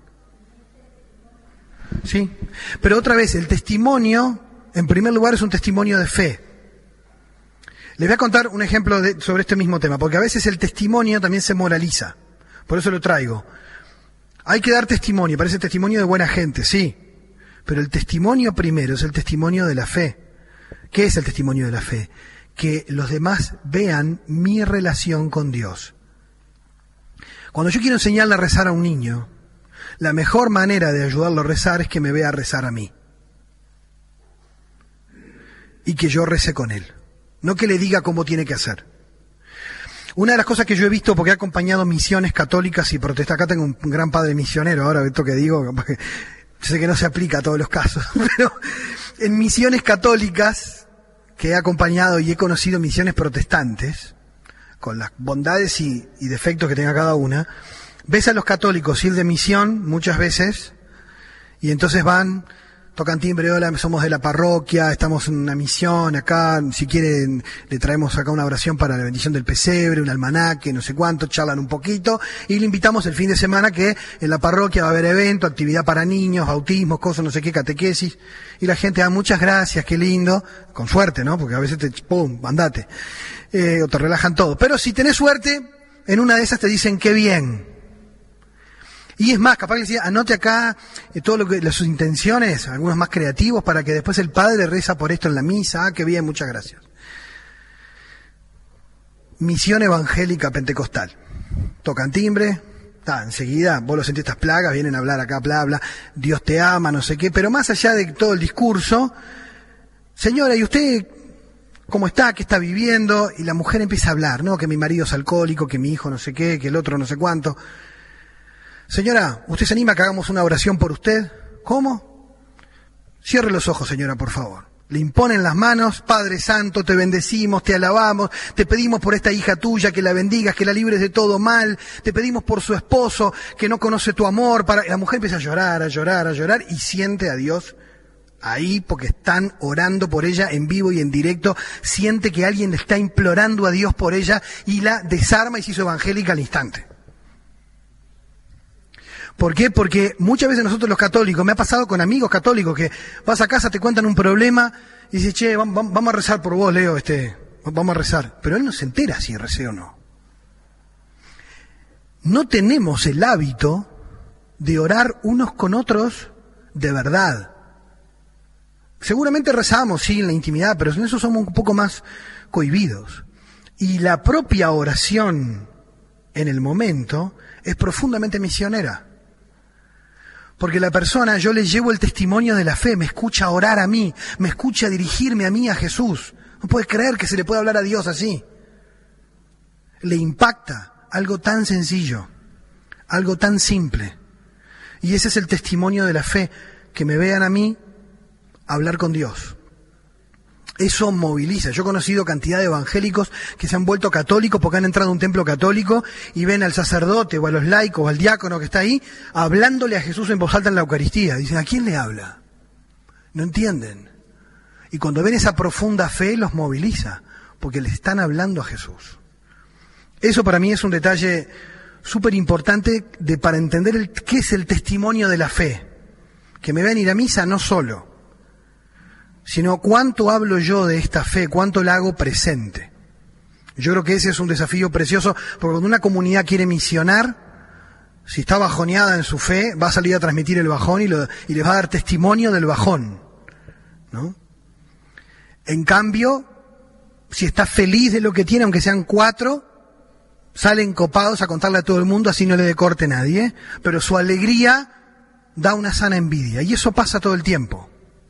¿Sí? Pero otra vez, el testimonio, en primer lugar, es un testimonio de fe. Les voy a contar un ejemplo de, sobre este mismo tema, porque a veces el testimonio también se moraliza. Por eso lo traigo. Hay que dar testimonio, parece testimonio de buena gente, sí. Pero el testimonio primero es el testimonio de la fe. ¿Qué es el testimonio de la fe? Que los demás vean mi relación con Dios. Cuando yo quiero enseñarle a rezar a un niño, la mejor manera de ayudarlo a rezar es que me vea rezar a mí. Y que yo rece con él. No que le diga cómo tiene que hacer. Una de las cosas que yo he visto, porque he acompañado misiones católicas y protestantes, acá tengo un gran padre misionero, ahora esto que digo, porque sé que no se aplica a todos los casos, pero en misiones católicas que he acompañado y he conocido misiones protestantes, con las bondades y, y defectos que tenga cada una, Ves a los católicos ir de misión muchas veces y entonces van, tocan timbre, hola, somos de la parroquia, estamos en una misión acá, si quieren le traemos acá una oración para la bendición del pesebre, un almanaque, no sé cuánto, charlan un poquito y le invitamos el fin de semana que en la parroquia va a haber evento, actividad para niños, bautismos, cosas, no sé qué, catequesis, y la gente da muchas gracias, qué lindo, con suerte, ¿no? Porque a veces te, pum, andate, eh, o te relajan todo. Pero si tenés suerte, en una de esas te dicen qué bien. Y es más, capaz que decía, anote acá eh, todo lo que, las sus intenciones, algunos más creativos, para que después el padre reza por esto en la misa. Ah, qué bien, muchas gracias. Misión evangélica pentecostal. Tocan timbre, ta, enseguida, vos lo sentís, estas plagas, vienen a hablar acá, bla, bla, Dios te ama, no sé qué, pero más allá de todo el discurso, señora, ¿y usted cómo está? ¿Qué está viviendo? Y la mujer empieza a hablar, ¿no? Que mi marido es alcohólico, que mi hijo no sé qué, que el otro no sé cuánto. Señora, ¿usted se anima a que hagamos una oración por usted? ¿Cómo? Cierre los ojos, señora, por favor. Le imponen las manos, Padre Santo, te bendecimos, te alabamos, te pedimos por esta hija tuya, que la bendigas, que la libres de todo mal, te pedimos por su esposo, que no conoce tu amor. Para... La mujer empieza a llorar, a llorar, a llorar, y siente a Dios ahí, porque están orando por ella en vivo y en directo, siente que alguien le está implorando a Dios por ella, y la desarma y se hizo evangélica al instante. ¿Por qué? Porque muchas veces nosotros los católicos, me ha pasado con amigos católicos que vas a casa, te cuentan un problema y dices, che, vamos, vamos a rezar por vos, Leo, este, vamos a rezar. Pero él no se entera si recé o no. No tenemos el hábito de orar unos con otros de verdad. Seguramente rezamos, sí, en la intimidad, pero en eso somos un poco más cohibidos. Y la propia oración en el momento es profundamente misionera. Porque la persona, yo le llevo el testimonio de la fe, me escucha orar a mí, me escucha dirigirme a mí, a Jesús. No puede creer que se le pueda hablar a Dios así. Le impacta algo tan sencillo, algo tan simple. Y ese es el testimonio de la fe, que me vean a mí hablar con Dios. Eso moviliza. Yo he conocido cantidad de evangélicos que se han vuelto católicos porque han entrado a un templo católico y ven al sacerdote o a los laicos o al diácono que está ahí hablándole a Jesús en voz alta en la Eucaristía. Dicen, ¿a quién le habla? No entienden. Y cuando ven esa profunda fe los moviliza porque le están hablando a Jesús. Eso para mí es un detalle súper importante de, para entender el, qué es el testimonio de la fe. Que me vean ir a misa no solo, sino cuánto hablo yo de esta fe, cuánto la hago presente. Yo creo que ese es un desafío precioso, porque cuando una comunidad quiere misionar, si está bajoneada en su fe, va a salir a transmitir el bajón y, lo, y les va a dar testimonio del bajón, ¿no? En cambio, si está feliz de lo que tiene, aunque sean cuatro, salen copados a contarle a todo el mundo, así no le decorte nadie, pero su alegría da una sana envidia, y eso pasa todo el tiempo.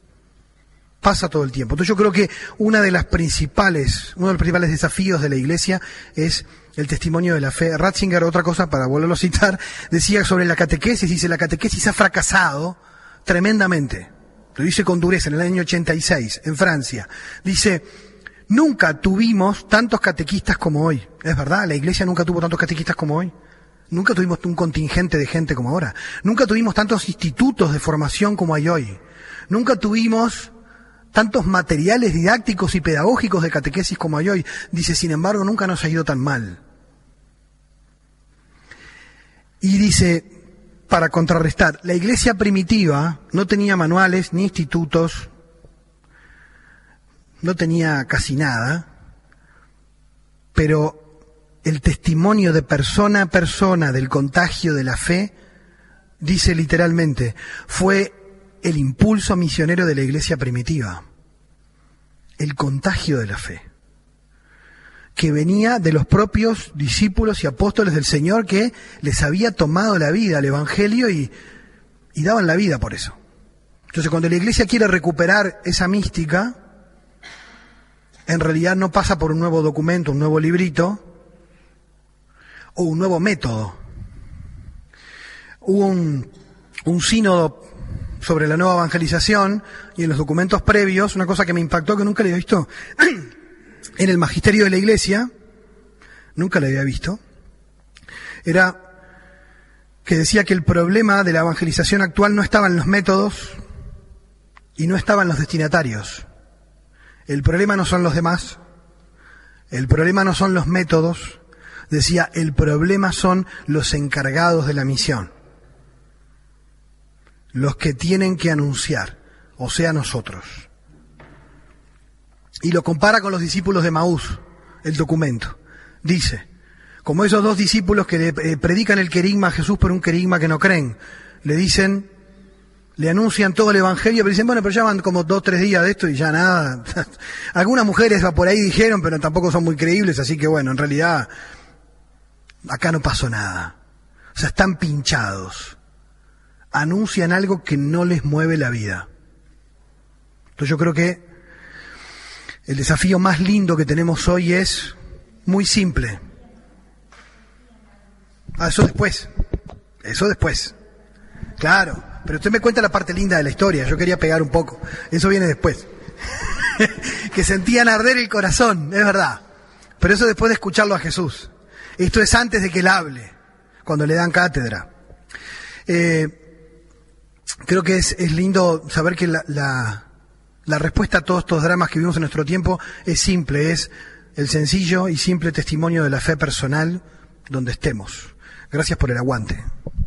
Pasa todo el tiempo. Entonces yo creo que una de las principales, uno de los principales desafíos de la Iglesia es el testimonio de la fe. Ratzinger, otra cosa para volverlo a citar, decía sobre la catequesis, dice, la catequesis ha fracasado tremendamente. Lo dice con dureza en el año ochenta y seis, en Francia. Dice, nunca tuvimos tantos catequistas como hoy. Es verdad, la Iglesia nunca tuvo tantos catequistas como hoy. Nunca tuvimos un contingente de gente como ahora. Nunca tuvimos tantos institutos de formación como hay hoy. Nunca tuvimos tantos materiales didácticos y pedagógicos de catequesis como hay hoy. Dice, sin embargo, nunca nos ha ido tan mal. Y dice, para contrarrestar, la iglesia primitiva no tenía manuales ni institutos, no tenía casi nada, pero el testimonio de persona a persona del contagio de la fe, dice literalmente, fue el impulso misionero de la iglesia primitiva, el contagio de la fe, que venía de los propios discípulos y apóstoles del Señor que les había tomado la vida al Evangelio y, y daban la vida por eso. Entonces cuando la iglesia quiere recuperar esa mística, en realidad no pasa por un nuevo documento, un nuevo librito o un nuevo método. Hubo un, un sínodo sobre la nueva evangelización, y en los documentos previos, una cosa que me impactó que nunca le había visto en el magisterio de la iglesia, nunca la había visto, era que decía que el problema de la evangelización actual no estaba en los métodos y no estaba en los destinatarios. El problema no son los demás, el problema no son los métodos, decía, el problema son los encargados de la misión, los que tienen que anunciar, o sea, nosotros. Y lo compara con los discípulos de Maús, el documento. Dice, como esos dos discípulos que le eh, predican el querigma a Jesús por un querigma que no creen, le dicen, le anuncian todo el evangelio, pero dicen, bueno, pero ya van como dos, tres días de esto y ya nada. Algunas mujeres por ahí dijeron, pero tampoco son muy creíbles, así que bueno, en realidad acá no pasó nada. O sea, están pinchados. Anuncian algo que no les mueve la vida. Entonces yo creo que el desafío más lindo que tenemos hoy es muy simple. Ah, eso después. Eso después. Claro, pero usted me cuenta la parte linda de la historia, yo quería pegar un poco. Eso viene después. Que sentían arder el corazón, es verdad. Pero eso después de escucharlo a Jesús. Esto es antes de que él hable, cuando le dan cátedra. Eh, creo que es, es lindo saber que la, la, la respuesta a todos estos dramas que vivimos en nuestro tiempo es simple, es el sencillo y simple testimonio de la fe personal donde estemos. Gracias por el aguante.